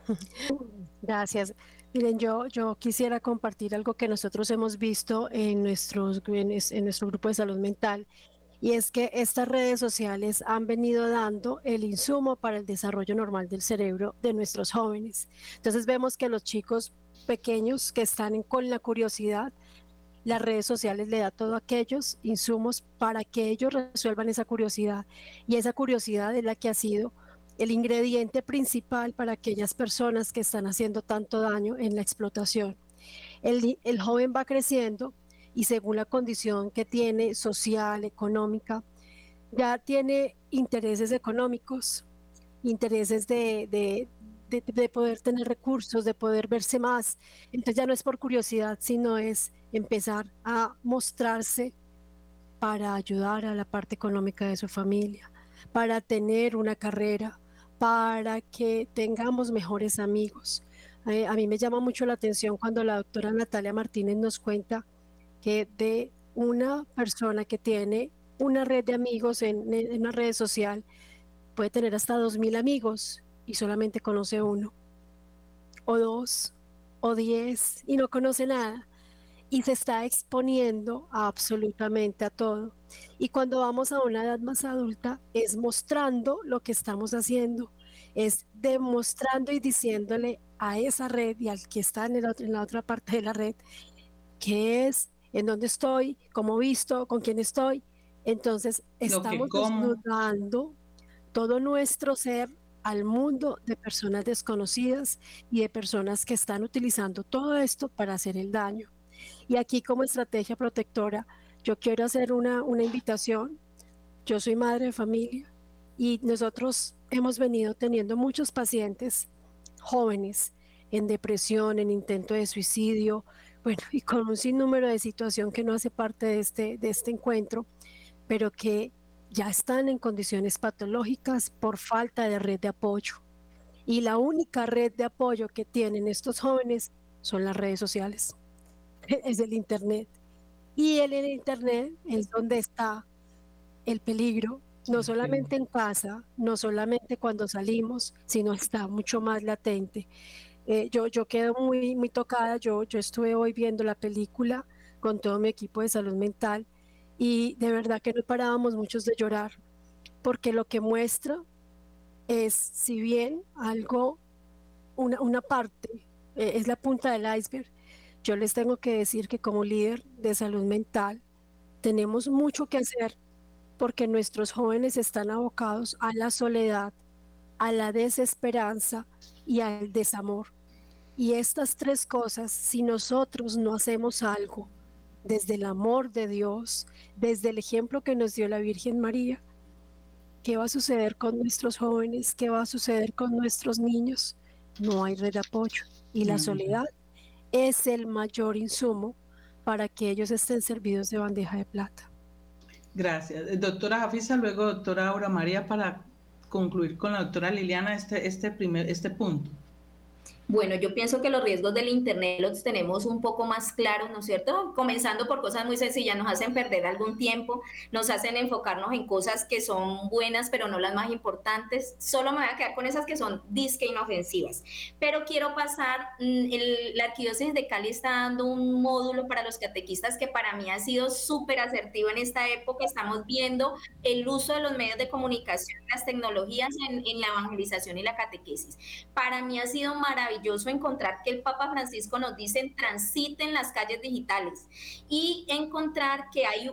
Gracias. Miren, yo quisiera compartir algo que nosotros hemos visto en nuestro grupo de salud mental, y es que estas redes sociales han venido dando el insumo para el desarrollo normal del cerebro de nuestros jóvenes. Entonces vemos que los chicos pequeños que están con la curiosidad, las redes sociales le da todos aquellos insumos para que ellos resuelvan esa curiosidad, y esa curiosidad es la que ha sido el ingrediente principal para aquellas personas que están haciendo tanto daño en la explotación. El joven va creciendo y según la condición que tiene social, económica, ya tiene intereses económicos, intereses de poder tener recursos, de poder verse más. Entonces ya no es por curiosidad, sino es empezar a mostrarse para ayudar a la parte económica de su familia, para tener una carrera, para que tengamos mejores amigos. A mí me llama mucho la atención cuando la doctora Natalia Martínez nos cuenta que de una persona que tiene una red de amigos en una red social puede tener hasta 2,000 amigos y solamente conoce uno, o 2, o 10 y no conoce nada, y se está exponiendo a absolutamente a todo. Y cuando vamos a una edad más adulta es mostrando lo que estamos haciendo, es demostrando y diciéndole a esa red y al que está en la otra parte de la red qué es, en dónde estoy, cómo visto, con quién estoy. Entonces estamos desnudando todo nuestro ser al mundo de personas desconocidas y de personas que están utilizando todo esto para hacer el daño. Y aquí, como estrategia protectora, yo quiero hacer una invitación. Yo soy madre de familia y nosotros hemos venido teniendo muchos pacientes jóvenes en depresión, en intento de suicidio, bueno, y con un sinnúmero de situación que no hace parte de este encuentro, pero que ya están en condiciones patológicas por falta de red de apoyo. Y la única red de apoyo que tienen estos jóvenes son las redes sociales, es el Internet. Y en el Internet es donde está el peligro, no solamente en casa, no solamente cuando salimos, sino está mucho más latente. Yo quedo muy tocada. Yo estuve hoy viendo la película con todo mi equipo de salud mental y de verdad que no parábamos muchos de llorar, porque lo que muestra es, si bien algo, una parte, es la punta del iceberg, yo les tengo que decir que como líder de salud mental tenemos mucho que hacer, porque nuestros jóvenes están abocados a la soledad, a la desesperanza y al desamor. Y estas tres cosas, si nosotros no hacemos algo desde el amor de Dios, desde el ejemplo que nos dio la Virgen María, ¿qué va a suceder con nuestros jóvenes? ¿Qué va a suceder con nuestros niños? No hay red de apoyo. Y la soledad es el mayor insumo para que ellos estén servidos de bandeja de plata. Gracias. Doctora Jafisa, luego doctora Aura María, para concluir con la doctora Liliana este punto. Bueno, yo pienso que los riesgos del Internet los tenemos un poco más claros, ¿no es cierto? Comenzando por cosas muy sencillas, nos hacen perder algún tiempo, nos hacen enfocarnos en cosas que son buenas, pero no las más importantes. Solo me voy a quedar con esas que son disque inofensivas. Pero quiero pasar, la Arquidiócesis de Cali está dando un módulo para los catequistas que para mí ha sido súper asertivo en esta época. Estamos viendo el uso de los medios de comunicación, las tecnologías en la evangelización y la catequesis. Para mí ha sido maravilloso encontrar que el Papa Francisco nos dice transiten las calles digitales y encontrar que hay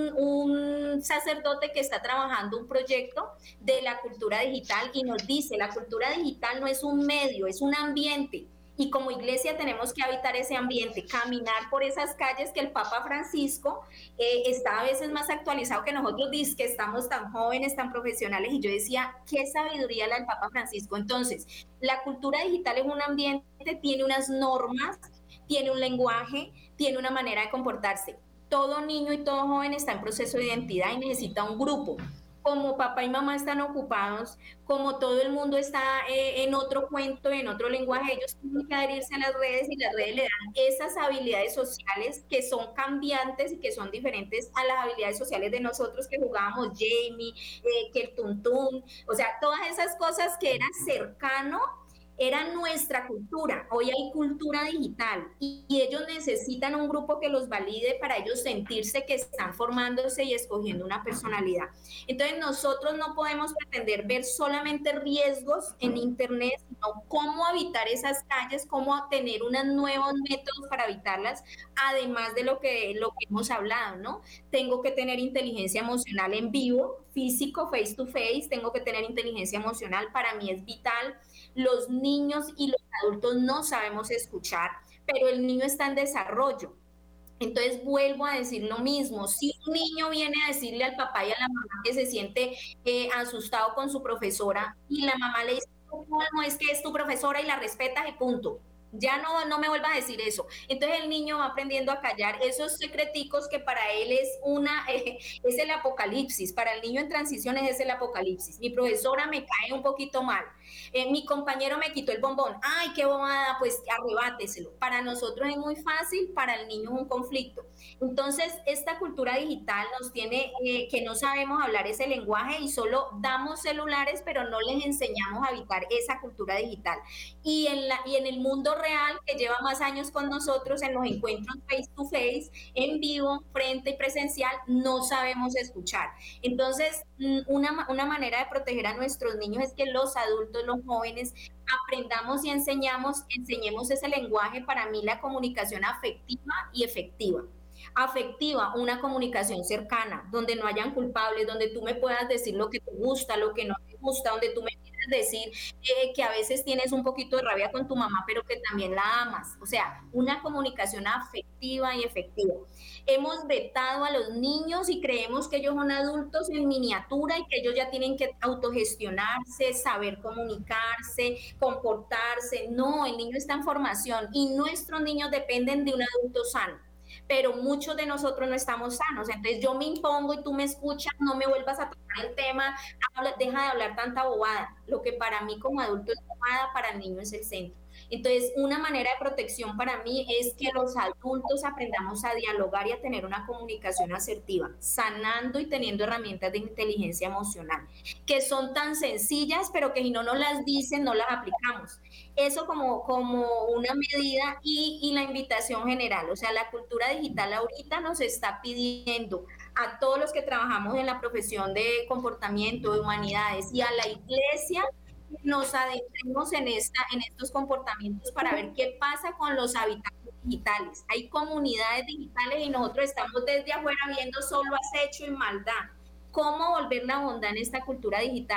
un sacerdote que está trabajando un proyecto de la cultura digital y nos dice la cultura digital no es un medio, es un ambiente. Y como iglesia tenemos que habitar ese ambiente, caminar por esas calles que el Papa Francisco está a veces más actualizado que nosotros, que estamos tan jóvenes, tan profesionales. Y yo decía, qué sabiduría la del Papa Francisco. Entonces, la cultura digital es un ambiente, tiene unas normas, tiene un lenguaje, tiene una manera de comportarse. Todo niño y todo joven está en proceso de identidad y necesita un grupo. Como papá y mamá están ocupados, como todo el mundo está en otro cuento, en otro lenguaje, ellos tienen que adherirse a las redes y las redes le dan esas habilidades sociales que son cambiantes y que son diferentes a las habilidades sociales de nosotros que jugábamos Jamie, que el tuntún, o sea, todas esas cosas que era cercano. Era nuestra cultura, hoy hay cultura digital y ellos necesitan un grupo que los valide para ellos sentirse que están formándose y escogiendo una personalidad. Entonces nosotros no podemos pretender ver solamente riesgos en Internet, sino cómo habitar esas calles, cómo tener unos nuevos métodos para habitarlas, además de lo que hemos hablado, ¿no? Tengo que tener inteligencia emocional en vivo, físico, face to face, tengo que tener inteligencia emocional, para mí es vital. Los niños y los adultos no sabemos escuchar, pero el niño está en desarrollo. Entonces vuelvo a decir lo mismo, si un niño viene a decirle al papá y a la mamá que se siente asustado con su profesora y la mamá le dice, no, es que es tu profesora y la respetas y punto. Ya no me vuelva a decir eso. Entonces el niño va aprendiendo a callar esos secreticos que para él es el apocalipsis. Para el niño en transiciones es el apocalipsis. Mi profesora me cae un poquito mal. Mi compañero me quitó el bombón. Ay, qué bobada, pues arrebáteselo. Para nosotros es muy fácil, para el niño es un conflicto. Entonces, esta cultura digital nos tiene que no sabemos hablar ese lenguaje y solo damos celulares, pero no les enseñamos a habitar esa cultura digital. Y en el mundo real, que lleva más años con nosotros, en los encuentros face to face, en vivo, frente y presencial, no sabemos escuchar. Entonces, una manera de proteger a nuestros niños es que los adultos, los jóvenes, aprendamos y enseñemos ese lenguaje. Para mí la comunicación afectiva y efectiva. Afectiva, una comunicación cercana, donde no hayan culpables, donde tú me puedas decir lo que te gusta, lo que no te gusta, donde tú me quieras decir que a veces tienes un poquito de rabia con tu mamá, pero que también la amas. O sea, una comunicación afectiva y efectiva. Hemos vetado a los niños y creemos que ellos son adultos en miniatura y que ellos ya tienen que autogestionarse, saber comunicarse, comportarse. No, el niño está en formación y nuestros niños dependen de un adulto sano. Pero muchos de nosotros no estamos sanos, entonces yo me impongo y tú me escuchas, no me vuelvas a tocar el tema, deja de hablar tanta bobada. Lo que para mí como adulto es bobada, para el niño es el centro. Entonces, una manera de protección para mí es que los adultos aprendamos a dialogar y a tener una comunicación asertiva, sanando y teniendo herramientas de inteligencia emocional, que son tan sencillas, pero que si no nos las dicen, no las aplicamos. Eso como una medida y la invitación general, o sea, la cultura digital ahorita nos está pidiendo a todos los que trabajamos en la profesión de comportamiento, de humanidades y a la iglesia, nos adentremos en estos comportamientos para ver qué pasa con los habitantes digitales. Hay comunidades digitales y nosotros estamos desde afuera viendo solo acecho y maldad. ¿Cómo volver la bondad en esta cultura digital?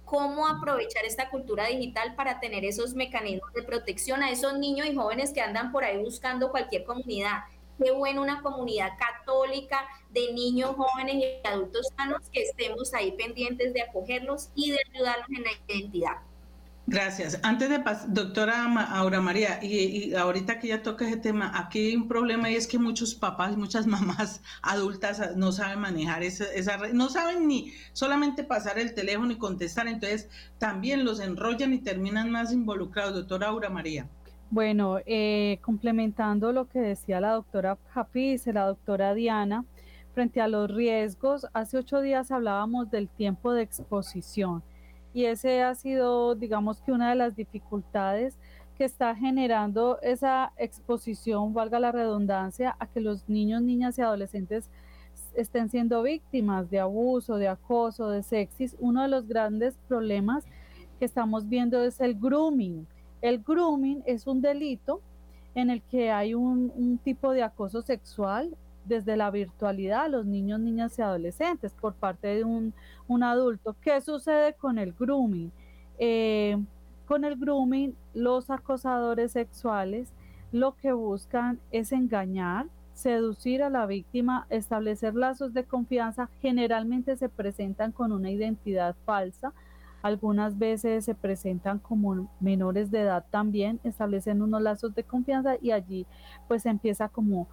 cómo aprovechar esta cultura digital para tener esos mecanismos de protección a esos niños y jóvenes que andan por ahí buscando cualquier comunidad. Qué bueno una comunidad católica de niños, jóvenes y adultos sanos, que estemos ahí pendientes de acogerlos y de ayudarlos en la identidad. Gracias. Antes de pasar, doctora Aura María, y ahorita que ya toca ese tema, aquí hay un problema y es que muchos papás, muchas mamás adultas no saben manejar esa red, no saben ni solamente pasar el teléfono y contestar, entonces también los enrollan y terminan más involucrados. Doctora Aura María. Bueno, complementando lo que decía la doctora Hafiz y la doctora Diana, frente a los riesgos, hace 8 días hablábamos del tiempo de exposición. Y ese ha sido, digamos que una de las dificultades que está generando esa exposición, valga la redundancia, a que los niños, niñas y adolescentes estén siendo víctimas de abuso, de acoso, de sexis. Uno de los grandes problemas que estamos viendo es el grooming. El grooming es un delito en el que hay un tipo de acoso sexual desde la virtualidad a los niños, niñas y adolescentes por parte de un adulto. ¿Qué sucede con el grooming? Con el grooming, los acosadores sexuales lo que buscan es engañar, seducir a la víctima, establecer lazos de confianza. Generalmente se presentan con una identidad falsa, algunas veces se presentan como menores de edad también, establecen unos lazos de confianza y allí pues empieza como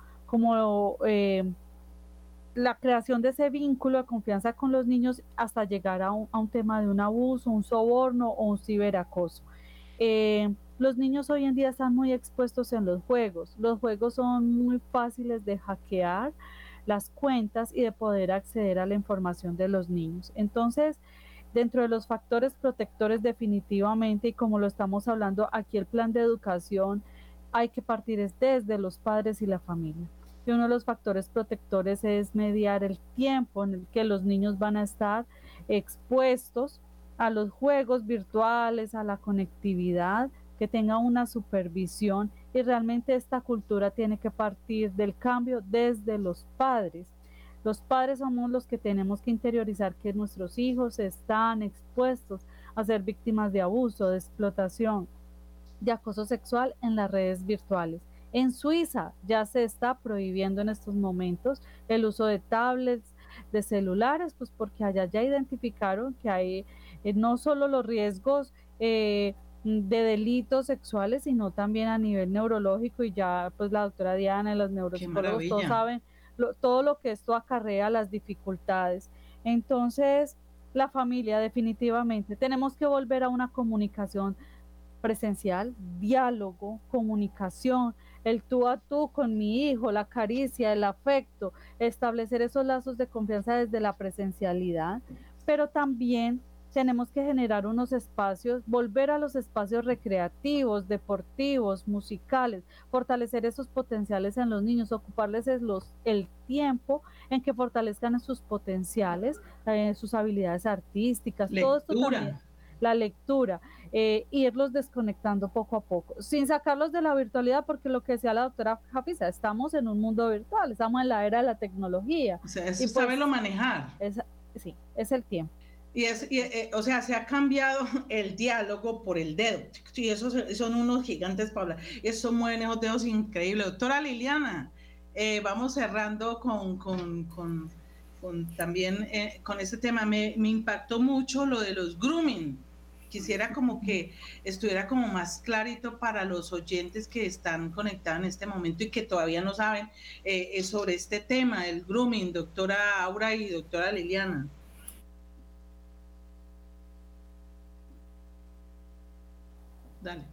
la creación de ese vínculo de confianza con los niños hasta llegar a un tema de un abuso, un soborno o un ciberacoso. Los niños hoy en día están muy expuestos en los juegos son muy fáciles de hackear las cuentas y de poder acceder a la información de los niños. Entonces, dentro de los factores protectores definitivamente, y como lo estamos hablando aquí, el plan de educación hay que partir desde los padres y la familia. Y uno de los factores protectores es mediar el tiempo en el que los niños van a estar expuestos a los juegos virtuales, a la conectividad, que tenga una supervisión, y realmente esta cultura tiene que partir del cambio desde los padres. Los padres somos los que tenemos que interiorizar que nuestros hijos están expuestos a ser víctimas de abuso, de explotación, de acoso sexual en las redes virtuales. En Suiza ya se está prohibiendo en estos momentos el uso de tablets, de celulares, pues porque allá ya identificaron que hay no solo los riesgos de delitos sexuales, sino también a nivel neurológico, y ya pues la doctora Diana y los neuropsicólogos todos saben todo lo que esto acarrea, las dificultades. Entonces, la familia definitivamente tenemos que volver a una comunicación presencial, diálogo, comunicación, el tú a tú con mi hijo, la caricia, el afecto, establecer esos lazos de confianza desde la presencialidad, pero también tenemos que generar unos espacios, volver a los espacios recreativos, deportivos, musicales, fortalecer esos potenciales en los niños, ocuparles el tiempo en que fortalezcan sus potenciales, sus habilidades artísticas, todo esto también, la lectura, irlos desconectando poco a poco, sin sacarlos de la virtualidad, porque lo que decía la doctora Hafiza, estamos en un mundo virtual, estamos en la era de la tecnología. O sea, eso es saberlo manejar. Sí, es el tiempo. O sea, se ha cambiado el diálogo por el dedo. Sí, esos son unos gigantes para hablar. Eso mueven esos dedos increíbles. Doctora Liliana, vamos cerrando con también con este tema. Me impactó mucho lo de los grooming. Quisiera como que estuviera como más clarito para los oyentes que están conectados en este momento y que todavía no saben sobre este tema, el grooming, doctora Aura y doctora Liliana. Dale.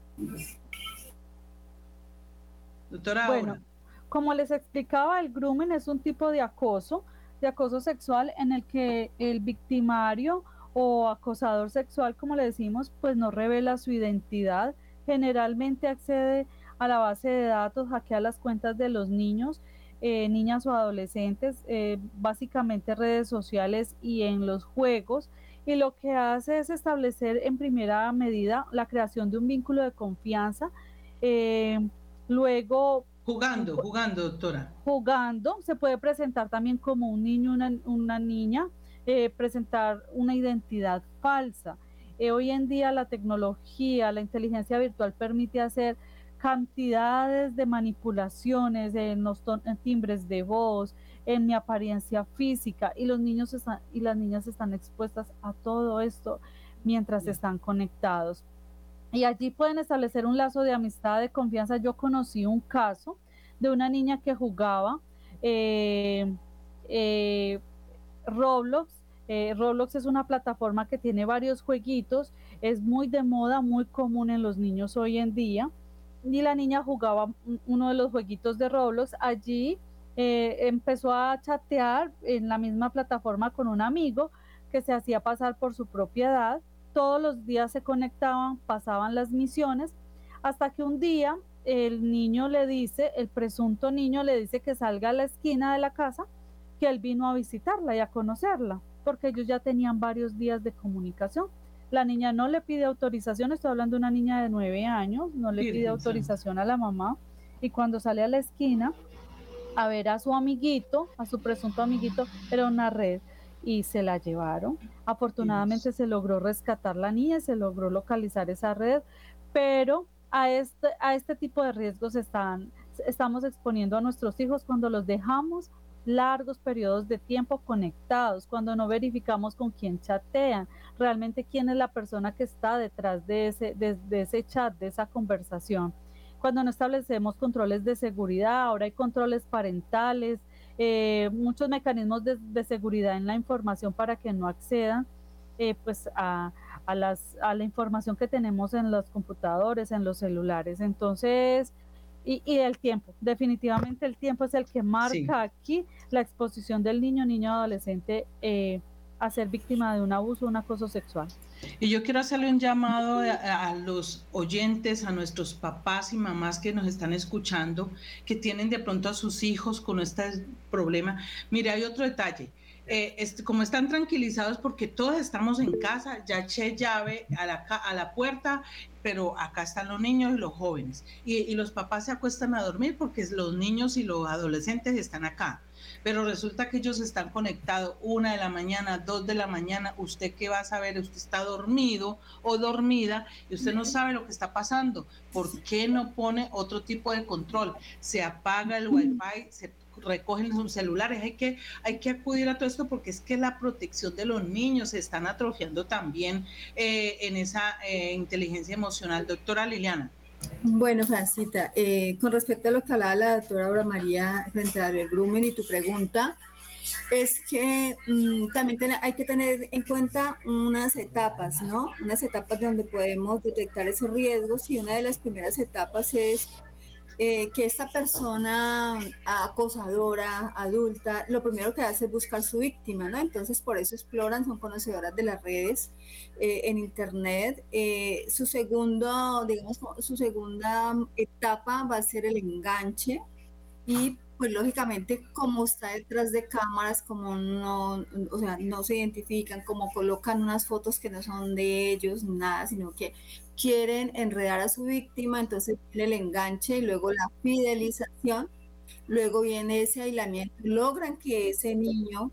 Doctora Aura. Bueno, como les explicaba, el grooming es un tipo de acoso sexual en el que el victimario o acosador sexual, como le decimos, pues no revela su identidad, generalmente accede a la base de datos, hackea las cuentas de los niños, niñas o adolescentes, básicamente redes sociales y en los juegos, y lo que hace es establecer en primera medida la creación de un vínculo de confianza, luego... Jugando, doctora. Jugando, se puede presentar también como un niño, una niña, presentar una identidad falsa. Hoy en día la tecnología, la inteligencia virtual permite hacer cantidades de manipulaciones en los timbres de voz, en mi apariencia física, y los niños y las niñas están expuestas a todo esto mientras están conectados. Y allí pueden establecer un lazo de amistad, de confianza. Yo conocí un caso de una niña que jugaba Roblox. Roblox es una plataforma que tiene varios jueguitos, es muy de moda, muy común en los niños hoy en día, y la niña jugaba uno de los jueguitos de Roblox. Allí empezó a chatear en la misma plataforma con un amigo que se hacía pasar por su propiedad. Todos los días se conectaban, pasaban las misiones, hasta que un día el presunto niño le dice que salga a la esquina de la casa, que él vino a visitarla y a conocerla, porque ellos ya tenían varios días de comunicación. La niña no le pide autorización, estoy hablando de una niña de 9 años, no le pide autorización a la mamá, y cuando sale a la esquina a ver a su amiguito, a su presunto amiguito, era una red, y se la llevaron. Afortunadamente se logró rescatar la niña, se logró localizar esa red, pero a este tipo de riesgos estamos exponiendo a nuestros hijos cuando los dejamos largos periodos de tiempo conectados, cuando no verificamos con quién chatean, realmente quién es la persona que está detrás de ese chat, de esa conversación. Cuando no establecemos controles de seguridad, ahora hay controles parentales, muchos mecanismos de seguridad en la información para que no accedan pues a la información que tenemos en los computadores, en los celulares. Entonces, y el tiempo, definitivamente el tiempo es el que marca aquí la exposición del niño adolescente a ser víctima de un abuso, un acoso sexual. Y yo quiero hacerle un llamado a los oyentes, a nuestros papás y mamás que nos están escuchando, que tienen de pronto a sus hijos con este problema. Mire, hay otro detalle. Como están tranquilizados porque todos estamos en casa, ya eché llave a la puerta, pero acá están los niños y los jóvenes. Y los papás se acuestan a dormir porque los niños y los adolescentes están acá. Pero resulta que ellos están conectados 1 de la mañana, 2 de la mañana. ¿Usted qué va a saber? Usted está dormido o dormida y usted no sabe lo que está pasando. ¿Por qué no pone otro tipo de control? Se apaga el wifi, se recogen sus celulares. Hay que acudir a todo esto porque es que la protección de los niños se están atrofiando también en esa inteligencia emocional. Doctora Liliana. Bueno, Francita, con respecto a lo que hablaba la doctora Aura María frente al grooming y tu pregunta, es que también hay que tener en cuenta unas etapas, ¿no? Unas etapas donde podemos detectar esos riesgos, y una de las primeras etapas es que esta persona acosadora, adulta, lo primero que hace es buscar su víctima, ¿no? Entonces, por eso exploran, son conocedoras de las redes en Internet. Su segunda etapa va a ser el enganche, y pues lógicamente como está detrás de cámaras, como no, o sea, no se identifican, como colocan unas fotos que no son de ellos, nada, sino que quieren enredar a su víctima, entonces viene el enganche y luego la fidelización, luego viene ese aislamiento, logran que ese niño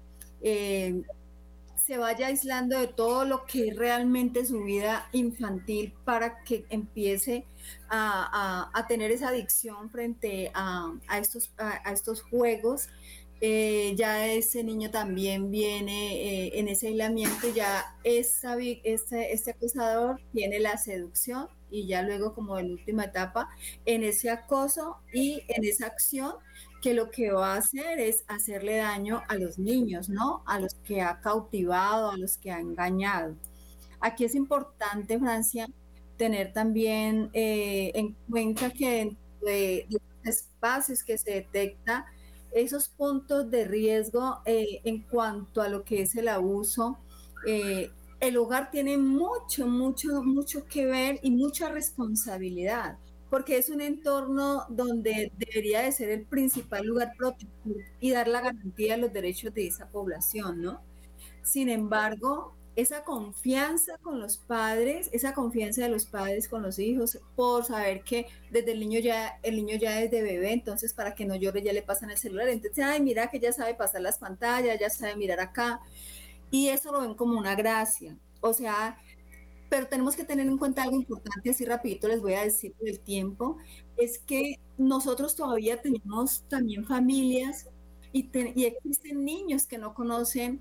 se vaya aislando de todo lo que es realmente su vida infantil para que empiece a tener esa adicción frente a estos juegos. Ya ese niño también viene en ese aislamiento, ya este acosador tiene la seducción, y ya luego, como en última etapa, en ese acoso y en esa acción, que lo que va a hacer es hacerle daño a los niños, ¿no? A los que ha cautivado, a los que ha engañado. Aquí es importante, Francia, tener también en cuenta que dentro de los espacios que se detecta esos puntos de riesgo en cuanto a lo que es el abuso, el hogar tiene mucho que ver y mucha responsabilidad, porque es un entorno donde debería de ser el principal lugar protector y dar la garantía de los derechos de esa población, ¿no? Sin embargo, esa confianza con los padres, esa confianza de los padres con los hijos, por saber que desde el niño ya desde bebé, entonces para que no llore ya le pasan el celular, entonces, ay, mira que ya sabe pasar las pantallas, ya sabe mirar acá. y eso lo ven como una gracia. O sea, pero tenemos que tener en cuenta algo importante, así rapidito les voy a decir del tiempo, es que nosotros todavía tenemos también familias y existen niños que no conocen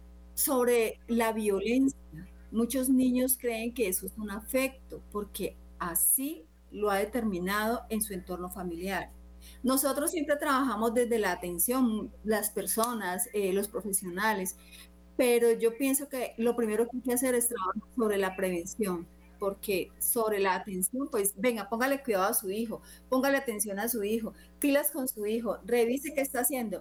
sobre la violencia. Muchos niños creen que eso es un afecto, porque así lo ha determinado en su entorno familiar. Nosotros siempre trabajamos desde la atención, las personas, los profesionales, pero yo pienso que lo primero que hay que hacer es trabajar sobre la prevención, porque sobre la atención, pues venga, póngale cuidado a su hijo, póngale atención a su hijo, pilas con su hijo, revise qué está haciendo.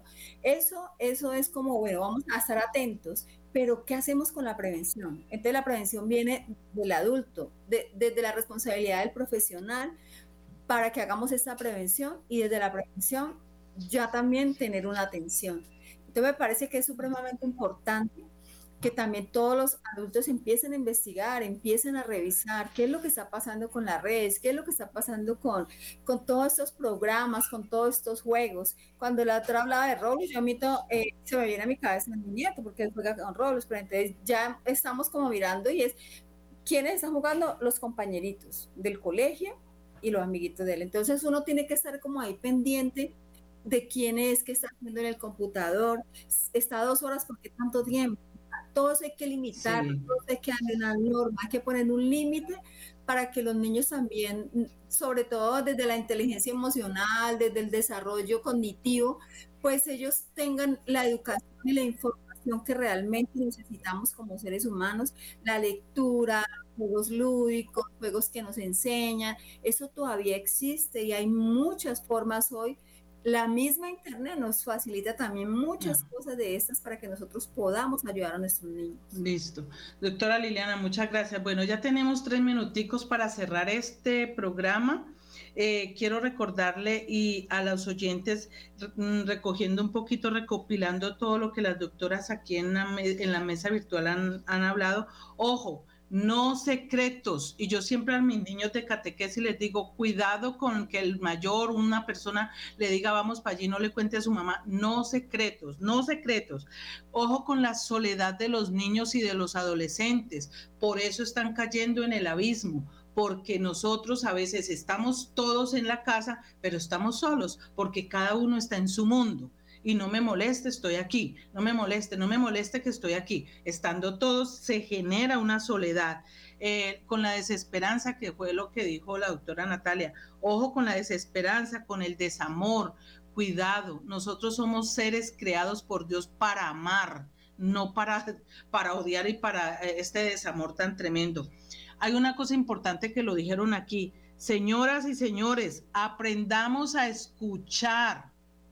Eso es como, bueno, vamos a estar atentos, pero ¿qué hacemos con la prevención? Entonces la prevención viene del adulto, desde la responsabilidad del profesional para que hagamos esta prevención y desde la prevención ya también tener una atención. Entonces me parece que es supremamente importante que también todos los adultos empiecen a investigar, empiecen a revisar qué es lo que está pasando con las redes, qué es lo que está pasando con todos estos programas, con todos estos juegos. Cuando la otra hablaba de Roblox, yo se me viene a mi cabeza mi nieto, porque él juega con Roblox, pero entonces ya estamos como mirando y es, ¿quiénes están jugando? Los compañeritos del colegio y los amiguitos de él. Entonces uno tiene que estar como ahí pendiente de quién es, qué está haciendo en el computador, está 2 horas, ¿por qué tanto tiempo? Todo eso hay que limitar, Sí. todo eso hay que darle una norma, hay que poner un límite para que los niños también, sobre todo desde la inteligencia emocional, desde el desarrollo cognitivo, pues ellos tengan la educación y la información que realmente necesitamos como seres humanos, la lectura, juegos lúdicos, juegos que nos enseñan, eso todavía existe y hay muchas formas hoy. La misma internet nos facilita también muchas cosas de estas para que nosotros podamos ayudar a nuestros niños. Listo. Doctora Liliana, muchas gracias. Bueno, ya tenemos 3 minuticos para cerrar este programa. Quiero recordarle y a los oyentes, recogiendo un poquito, recopilando todo lo que las doctoras aquí en la mesa virtual han hablado. Ojo, no secretos. Y yo siempre a mis niños de catequesis les digo, cuidado con que el mayor, una persona, le diga vamos para allí, no le cuente a su mamá. No secretos, no secretos. Ojo con la soledad de los niños y de los adolescentes. Por eso están cayendo en el abismo, porque nosotros a veces estamos todos en la casa, pero estamos solos, porque cada uno está en su mundo. Y no me moleste, estoy aquí, no me moleste que estoy aquí. Estando todos se genera una soledad. Con la desesperanza, que fue lo que dijo la doctora Natalia, ojo con la desesperanza, con el desamor, cuidado, nosotros somos seres creados por Dios para amar, no para odiar y para este desamor tan tremendo. Hay una cosa importante que lo dijeron aquí, señoras y señores, aprendamos a escuchar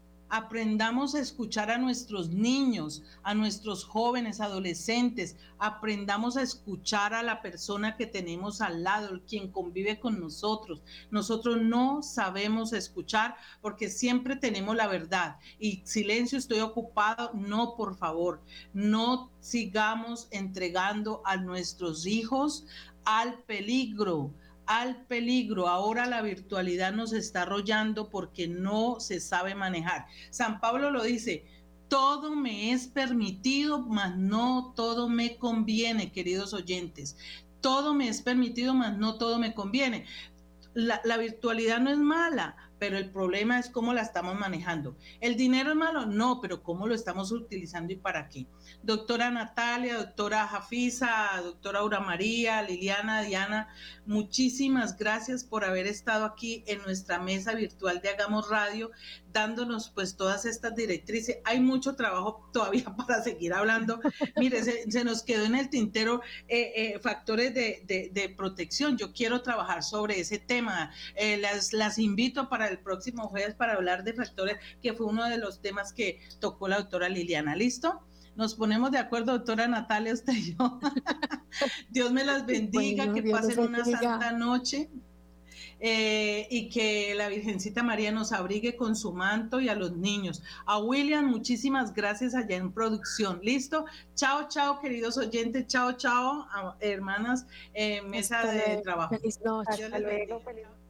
a nuestros niños, a nuestros jóvenes, adolescentes, aprendamos a escuchar a la persona que tenemos al lado, quien convive con nosotros. Nosotros no sabemos escuchar porque siempre tenemos la verdad. Y silencio, estoy ocupado. No, por favor, no sigamos entregando a nuestros hijos al peligro. Ahora la virtualidad nos está arrollando porque no se sabe manejar. San Pablo lo dice, todo me es permitido, mas no todo me conviene, queridos oyentes. Todo me es permitido, mas no todo me conviene. La virtualidad no es mala, pero el problema es cómo la estamos manejando. ¿El dinero es malo? No, pero cómo lo estamos utilizando y para qué. Doctora Natalia, doctora Jafisa, doctora Aura María, Liliana, Diana, muchísimas gracias por haber estado aquí en nuestra mesa virtual de Hagamos Radio, dándonos pues todas estas directrices. Hay mucho trabajo todavía para seguir hablando. Mire, se nos quedó en el tintero factores de protección. Yo quiero trabajar sobre ese tema. Las invito para el próximo jueves para hablar de factores, que fue uno de los temas que tocó la doctora Liliana. ¿Listo? Nos ponemos de acuerdo, doctora Natalia, usted y yo. Dios me las bendiga, bueno, que pasen una santa noche. Y que la Virgencita María nos abrigue con su manto, y a los niños. A William, muchísimas gracias allá en producción. ¿Listo? Chao, chao, queridos oyentes. Chao, chao, hermanas, mesa de trabajo. Feliz noche. Hasta luego, feliz noche.